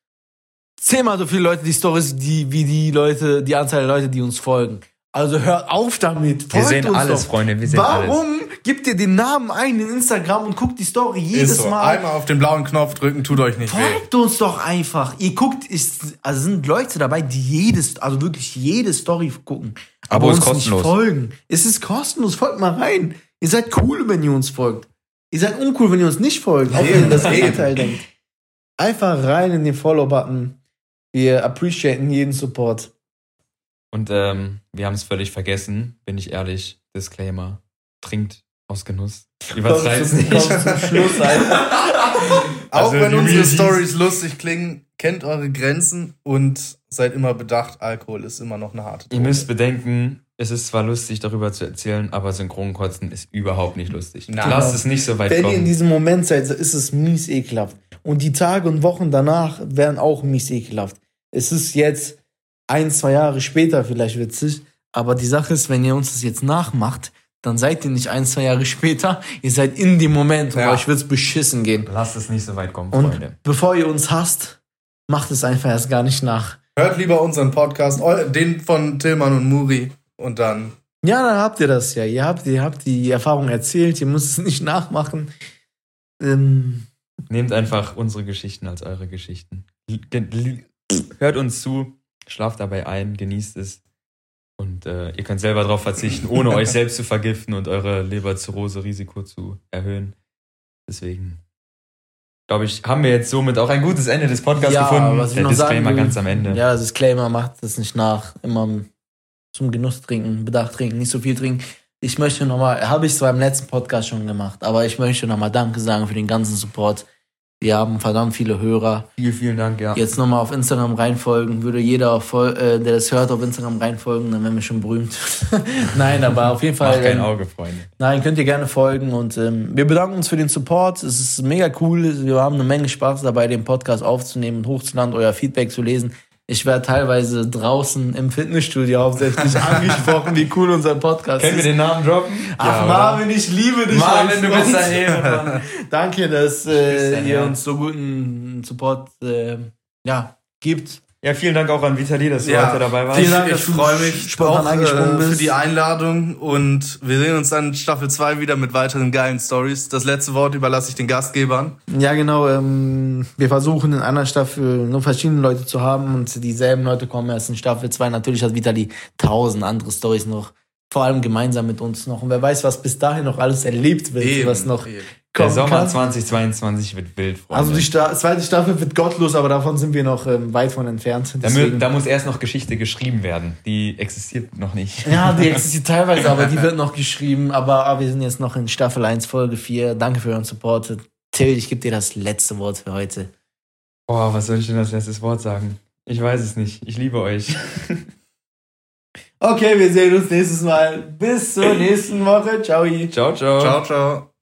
[SPEAKER 1] zehnmal so viele Leute die Stories, die, wie die Leute, die Anzahl der Leute, die uns folgen. Also hört auf damit.
[SPEAKER 2] Folgt wir sehen
[SPEAKER 1] uns
[SPEAKER 2] alles,
[SPEAKER 1] doch.
[SPEAKER 2] Freunde. Wir sehen
[SPEAKER 1] Warum
[SPEAKER 2] alles.
[SPEAKER 1] gebt ihr den Namen ein in Instagram und guckt die Story jedes
[SPEAKER 3] so.
[SPEAKER 1] Mal?
[SPEAKER 3] Einmal auf den blauen Knopf drücken, tut euch nicht
[SPEAKER 1] Folgt
[SPEAKER 3] weh.
[SPEAKER 1] uns doch einfach. Ihr guckt, ist, also sind Leute dabei, die jedes, also wirklich jede Story gucken.
[SPEAKER 2] Aber, aber
[SPEAKER 1] uns
[SPEAKER 2] ist kostenlos.
[SPEAKER 1] Nicht folgen. Es ist kostenlos. Folgt mal rein. Ihr seid cool, wenn ihr uns folgt. Ihr seid uncool, wenn ihr uns nicht folgt. Auch wenn ihr das Gegenteil denkt. Einfach rein in den Follow-Button. Wir appreciaten jeden Support.
[SPEAKER 2] Und ähm, wir haben es völlig vergessen, bin ich ehrlich. Disclaimer. Trinkt aus Genuss. Übertreib's nicht.
[SPEAKER 1] Kommt zum Schluss, Alter.
[SPEAKER 3] Auch
[SPEAKER 2] Also
[SPEAKER 3] wenn unsere
[SPEAKER 2] Müsis.
[SPEAKER 3] Storys lustig klingen, kennt eure Grenzen und seid immer bedacht, Alkohol ist immer noch eine harte Droge.
[SPEAKER 2] Ihr müsst bedenken, es ist zwar lustig, darüber zu erzählen, aber Synchronkotzen ist überhaupt nicht lustig.
[SPEAKER 3] Nein.
[SPEAKER 2] Lasst es nicht so weit
[SPEAKER 1] Wenn
[SPEAKER 2] kommen.
[SPEAKER 1] ihr in diesem Moment seid, ist es mies ekelhaft. Und die Tage und Wochen danach werden auch mies ekelhaft. Es ist jetzt ein, zwei Jahre später vielleicht witzig, aber die Sache ist, wenn ihr uns das jetzt nachmacht, dann seid ihr nicht ein, zwei Jahre später, ihr seid in dem Moment und
[SPEAKER 3] Ja.
[SPEAKER 1] euch wird's beschissen gehen.
[SPEAKER 2] Lasst es nicht so weit kommen,
[SPEAKER 1] Und
[SPEAKER 2] Freunde.
[SPEAKER 1] bevor ihr uns hasst, macht es einfach erst gar nicht nach.
[SPEAKER 3] Hört lieber unseren Podcast, eu- den von Tillmann und Muri und dann...
[SPEAKER 1] Ja, dann habt ihr das ja. Ihr habt, ihr habt die Erfahrung erzählt, ihr müsst es nicht nachmachen. Ähm,
[SPEAKER 2] Nehmt einfach unsere Geschichten als eure Geschichten. Ge- li- Hört uns zu, schlaft dabei ein, genießt es. Und äh, ihr könnt selber darauf verzichten, ohne euch selbst zu vergiften und eure Leberzirrhose-Risiko zu erhöhen. Deswegen, glaube ich, haben wir jetzt somit auch ein gutes Ende des Podcasts
[SPEAKER 1] Ja,
[SPEAKER 2] gefunden.
[SPEAKER 1] was ich
[SPEAKER 2] Der
[SPEAKER 1] noch sagen
[SPEAKER 2] Disclaimer
[SPEAKER 1] will,
[SPEAKER 2] ganz am Ende.
[SPEAKER 1] Ja, das Disclaimer macht es nicht nach. Immer zum Genuss trinken, Bedacht trinken, nicht so viel trinken. Ich möchte nochmal, habe ich zwar im letzten Podcast schon gemacht, aber ich möchte nochmal Danke sagen für den ganzen Support. Wir haben verdammt viele Hörer.
[SPEAKER 2] Vielen, vielen Dank, ja.
[SPEAKER 1] Jetzt nochmal auf Instagram reinfolgen. Würde jeder, auf, äh, der das hört, auf Instagram reinfolgen, dann wären wir schon berühmt. Nein, aber auf jeden Fall.
[SPEAKER 2] Macht kein
[SPEAKER 1] ähm,
[SPEAKER 2] Auge, Freunde.
[SPEAKER 1] Nein, könnt ihr gerne folgen und ähm, wir bedanken uns für den Support. Es ist mega cool. Wir haben eine Menge Spaß dabei, den Podcast aufzunehmen und hochzuladen, euer Feedback zu lesen. Ich werde teilweise draußen im Fitnessstudio hauptsächlich angesprochen, wie cool unser Podcast
[SPEAKER 2] Können wir
[SPEAKER 1] ist.
[SPEAKER 2] den Namen droppen?
[SPEAKER 1] Ach,
[SPEAKER 2] Ja,
[SPEAKER 1] Marvin, ich liebe dich.
[SPEAKER 2] Marvin, du
[SPEAKER 1] mein
[SPEAKER 2] bist
[SPEAKER 1] Freund.
[SPEAKER 2] ein Ehrenmann.
[SPEAKER 1] Danke, dass
[SPEAKER 2] Du bist
[SPEAKER 1] äh,
[SPEAKER 2] ein
[SPEAKER 1] ihr
[SPEAKER 2] Herz.
[SPEAKER 1] uns so guten Support äh, ja, gibt.
[SPEAKER 2] Ja, vielen Dank auch an Vitali, dass du
[SPEAKER 3] Ja,
[SPEAKER 2] heute dabei warst.
[SPEAKER 1] vielen Dank,
[SPEAKER 3] Ich
[SPEAKER 1] dass du
[SPEAKER 3] freue mich
[SPEAKER 1] spontan
[SPEAKER 3] auch
[SPEAKER 1] eingesprungen
[SPEAKER 3] äh, für
[SPEAKER 1] bist.
[SPEAKER 3] die Einladung und wir sehen uns dann in Staffel zwei wieder mit weiteren geilen Stories. Das letzte Wort überlasse ich den Gastgebern.
[SPEAKER 1] Ja, genau. Ähm, wir versuchen in einer Staffel nur verschiedene Leute zu haben und dieselben Leute kommen erst in Staffel zwei. Natürlich hat Vitali tausend andere Storys noch, vor allem gemeinsam mit uns noch. Und wer weiß, was bis dahin noch alles erlebt wird,
[SPEAKER 3] Eben,
[SPEAKER 1] was noch
[SPEAKER 3] eben.
[SPEAKER 2] Der
[SPEAKER 1] kommen
[SPEAKER 2] Sommer
[SPEAKER 1] kann.
[SPEAKER 2] zweitausendzweiundzwanzig wird wild, Freunde.
[SPEAKER 1] Also die Sta- zweite Staffel wird gottlos, aber davon sind wir noch ähm, weit von entfernt.
[SPEAKER 2] da, mü-
[SPEAKER 1] Deswegen-
[SPEAKER 2] da muss erst noch Geschichte geschrieben werden. Die existiert noch nicht.
[SPEAKER 1] Ja, die existiert teilweise, aber die wird noch geschrieben. Aber, aber wir sind jetzt noch in Staffel eins, Folge vier. Danke für euren Support. Till, ich gebe dir das letzte Wort für heute.
[SPEAKER 2] Boah, was soll ich denn als letztes Wort sagen? Ich weiß es nicht. Ich liebe euch.
[SPEAKER 1] Okay, wir sehen uns nächstes Mal. Bis zur nächsten Woche. Ciao.
[SPEAKER 2] Ciao, ciao.
[SPEAKER 3] Ciao, ciao.